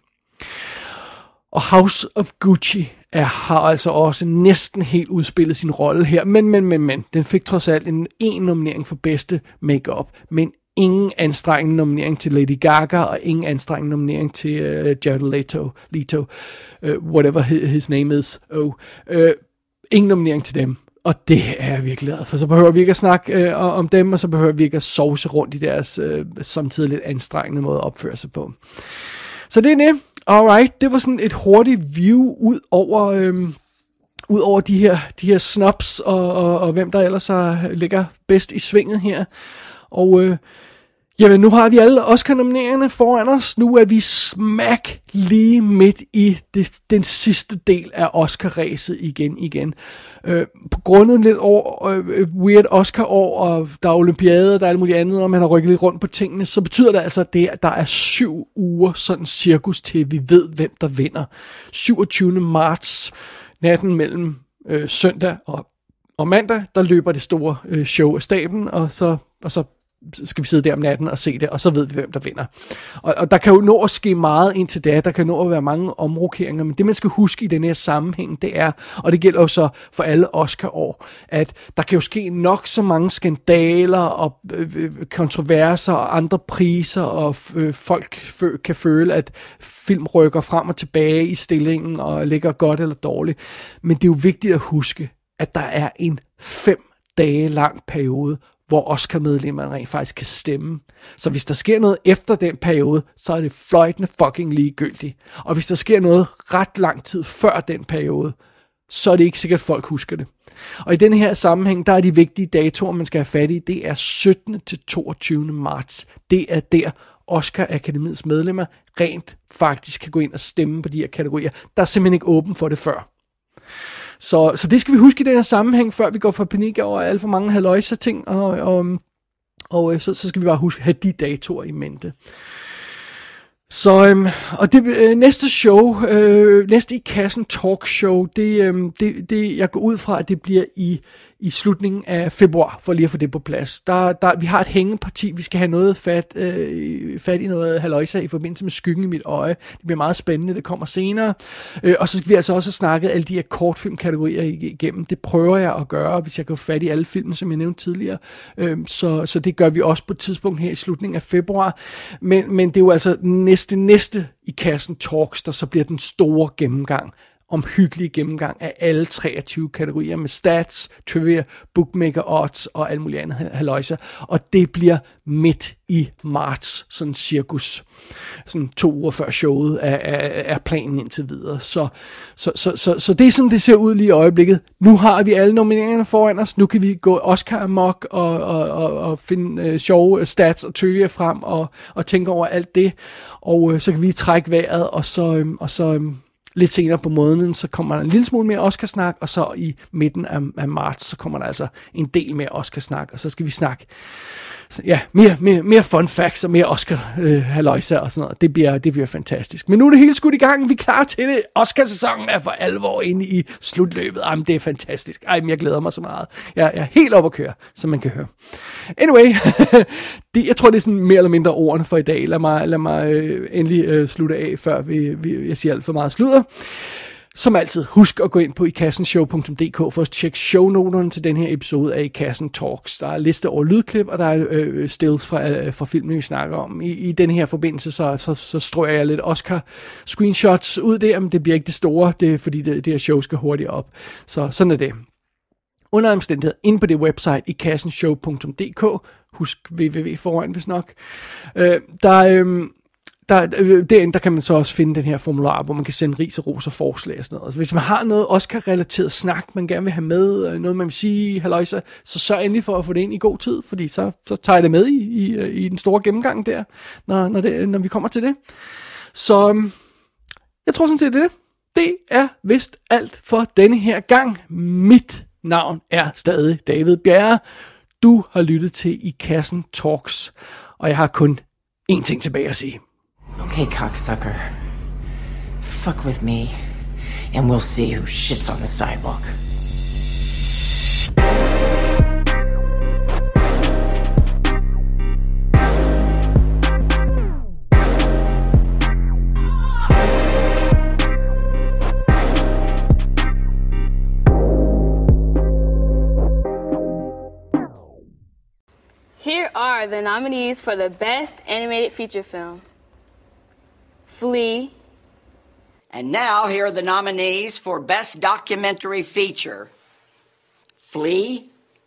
Og House of Gucci har altså også næsten helt udspillet sin rolle her. Men. Den fik trods alt en nominering for bedste make-up, men ingen anstrengende nominering til Lady Gaga, og ingen anstrengende nominering til Jared Leto, whatever his name is. Ingen nominering til dem. Og det er jeg virkelig glad for. Så behøver vi ikke at snakke om dem, og så behøver vi ikke at sovse rundt i deres samtidig lidt anstrengende måde at opføre sig på. Så det er det. Alright, det var sådan et hurtigt view ud over de her snubs, og hvem der ellers ligger bedst i svinget her. Og jamen, nu har vi alle Oscar-nomineringerne foran os. Nu er vi smack lige midt i den sidste del af Oscar-ræset igen. På grund af lidt weird Oscar-år, og der er olympiade, der er alt muligt andet, og man har rykket lidt rundt på tingene, så betyder det altså, at der er 7 uger sådan cirkus til, vi ved, hvem der vinder. 27. marts, natten mellem søndag og mandag, der løber det store show af staben, og så skal vi sidde der om natten og se det, og så ved vi, hvem der vinder. Og der kan jo nå at ske meget indtil da, der kan nå at være mange omrokeringer, men det man skal huske i den her sammenhæng, det er, og det gælder jo så for alle Oscar-år, at der kan jo ske nok så mange skandaler og kontroverser og andre priser, og folk kan føle, at film rykker frem og tilbage i stillingen og ligger godt eller dårligt. Men det er jo vigtigt at huske, at der er en 5 dage lang periode, hvor Oscar-medlemmerne rent faktisk kan stemme. Så hvis der sker noget efter den periode, så er det fløjtende fucking ligegyldigt. Og hvis der sker noget ret lang tid før den periode, så er det ikke sikkert, at folk husker det. Og i den her sammenhæng, der er de vigtige datoer, man skal have fat i, det er 17. til 22. marts. Det er der Oscar-akademiets medlemmer rent faktisk kan gå ind og stemme på de her kategorier. Der er simpelthen ikke åben for det før. Så det skal vi huske i den her sammenhæng, før vi går for panik over alt for mange halløjse ting, og så skal vi bare huske at have de datoer i mente. Så, og det næste show, næste i kassen talkshow, det jeg går ud fra, at det bliver i slutningen af februar, for lige at få det på plads. Vi har et hængeparti, vi skal have noget fat i noget halløjsa i forbindelse med Skyggen i mit øje. Det bliver meget spændende, det kommer senere. Og så skal vi altså også have snakket alle de her kortfilmkategorier igennem. Det prøver jeg at gøre, hvis jeg kan få fat i alle filmene, som jeg nævnte tidligere. Så det gør vi også på et tidspunkt her i slutningen af februar. Men det er jo altså næste i kassen talks, der så bliver den store gennemgang. Omhyggelig gennemgang af alle 23 kategorier med stats, trivia, bookmaker odds og alt muligt andet halløjse. Og det bliver midt i marts, sådan cirkus. Sådan 2 uger før showet er planen indtil videre. Så det er sådan, det ser ud lige i øjeblikket. Nu har vi alle nomineringerne foran os. Nu kan vi gå Oscar amok og finde sjove stats og trivia frem og tænke over alt det. Og så kan vi trække vejret, og så lidt senere på måneden, så kommer der en lille smule mere Oscar-snak, og så i midten af marts, så kommer der altså en del mere Oscar-snak, og så skal vi snakke mere fun facts og mere Oscar-halløjsa og sådan noget. Det bliver fantastisk. Men nu er det hele skudt i gang. Vi er klar til det. Oscar-sæsonen er for alvor inde i slutløbet. Jamen, det er fantastisk. Jeg glæder mig så meget. Jeg er helt op at køre, som man kan høre. Anyway, jeg tror, det er sådan mere eller mindre ordene for i dag. Lad mig endelig slutte af, før jeg siger alt for meget sludder. Som altid, husk at gå ind på ikassenshow.dk for at tjekke shownoterne til den her episode af I Kassen Talks. Der er liste over lydklip, og der er stills fra filmen, vi snakker om. I den her forbindelse, så strøger jeg lidt Oscar-screenshots ud der, men det bliver ikke det store, det er, fordi det her show skal hurtigt op. Så sådan er det. Under omstændighed, inde på det website ikassenshow.dk, husk www foran, hvis nok, derinde, der kan man så også finde den her formular, hvor man kan sende ris og ros og forslag og sådan noget. Altså, hvis man har noget Oscar-relateret snak, man gerne vil have med, noget man vil sige, halløjsa, så sørg endelig for at få det ind i god tid, fordi så tager jeg det med i den store gennemgang der, når vi kommer til det. Så jeg tror sådan set, det er vist alt for denne her gang. Mit navn er stadig David Bjerre. Du har lyttet til I Kassen Talks, og jeg har kun én ting tilbage at sige. Okay, cocksucker. Fuck with me, and we'll see who shits on the sidewalk. Here are the nominees for the Best Animated Feature Film. Flea. And now here are the nominees for Best Documentary Feature. Flea.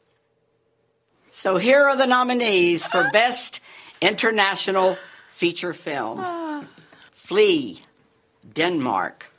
So here are the nominees for Best International Feature Film. Flea, Denmark.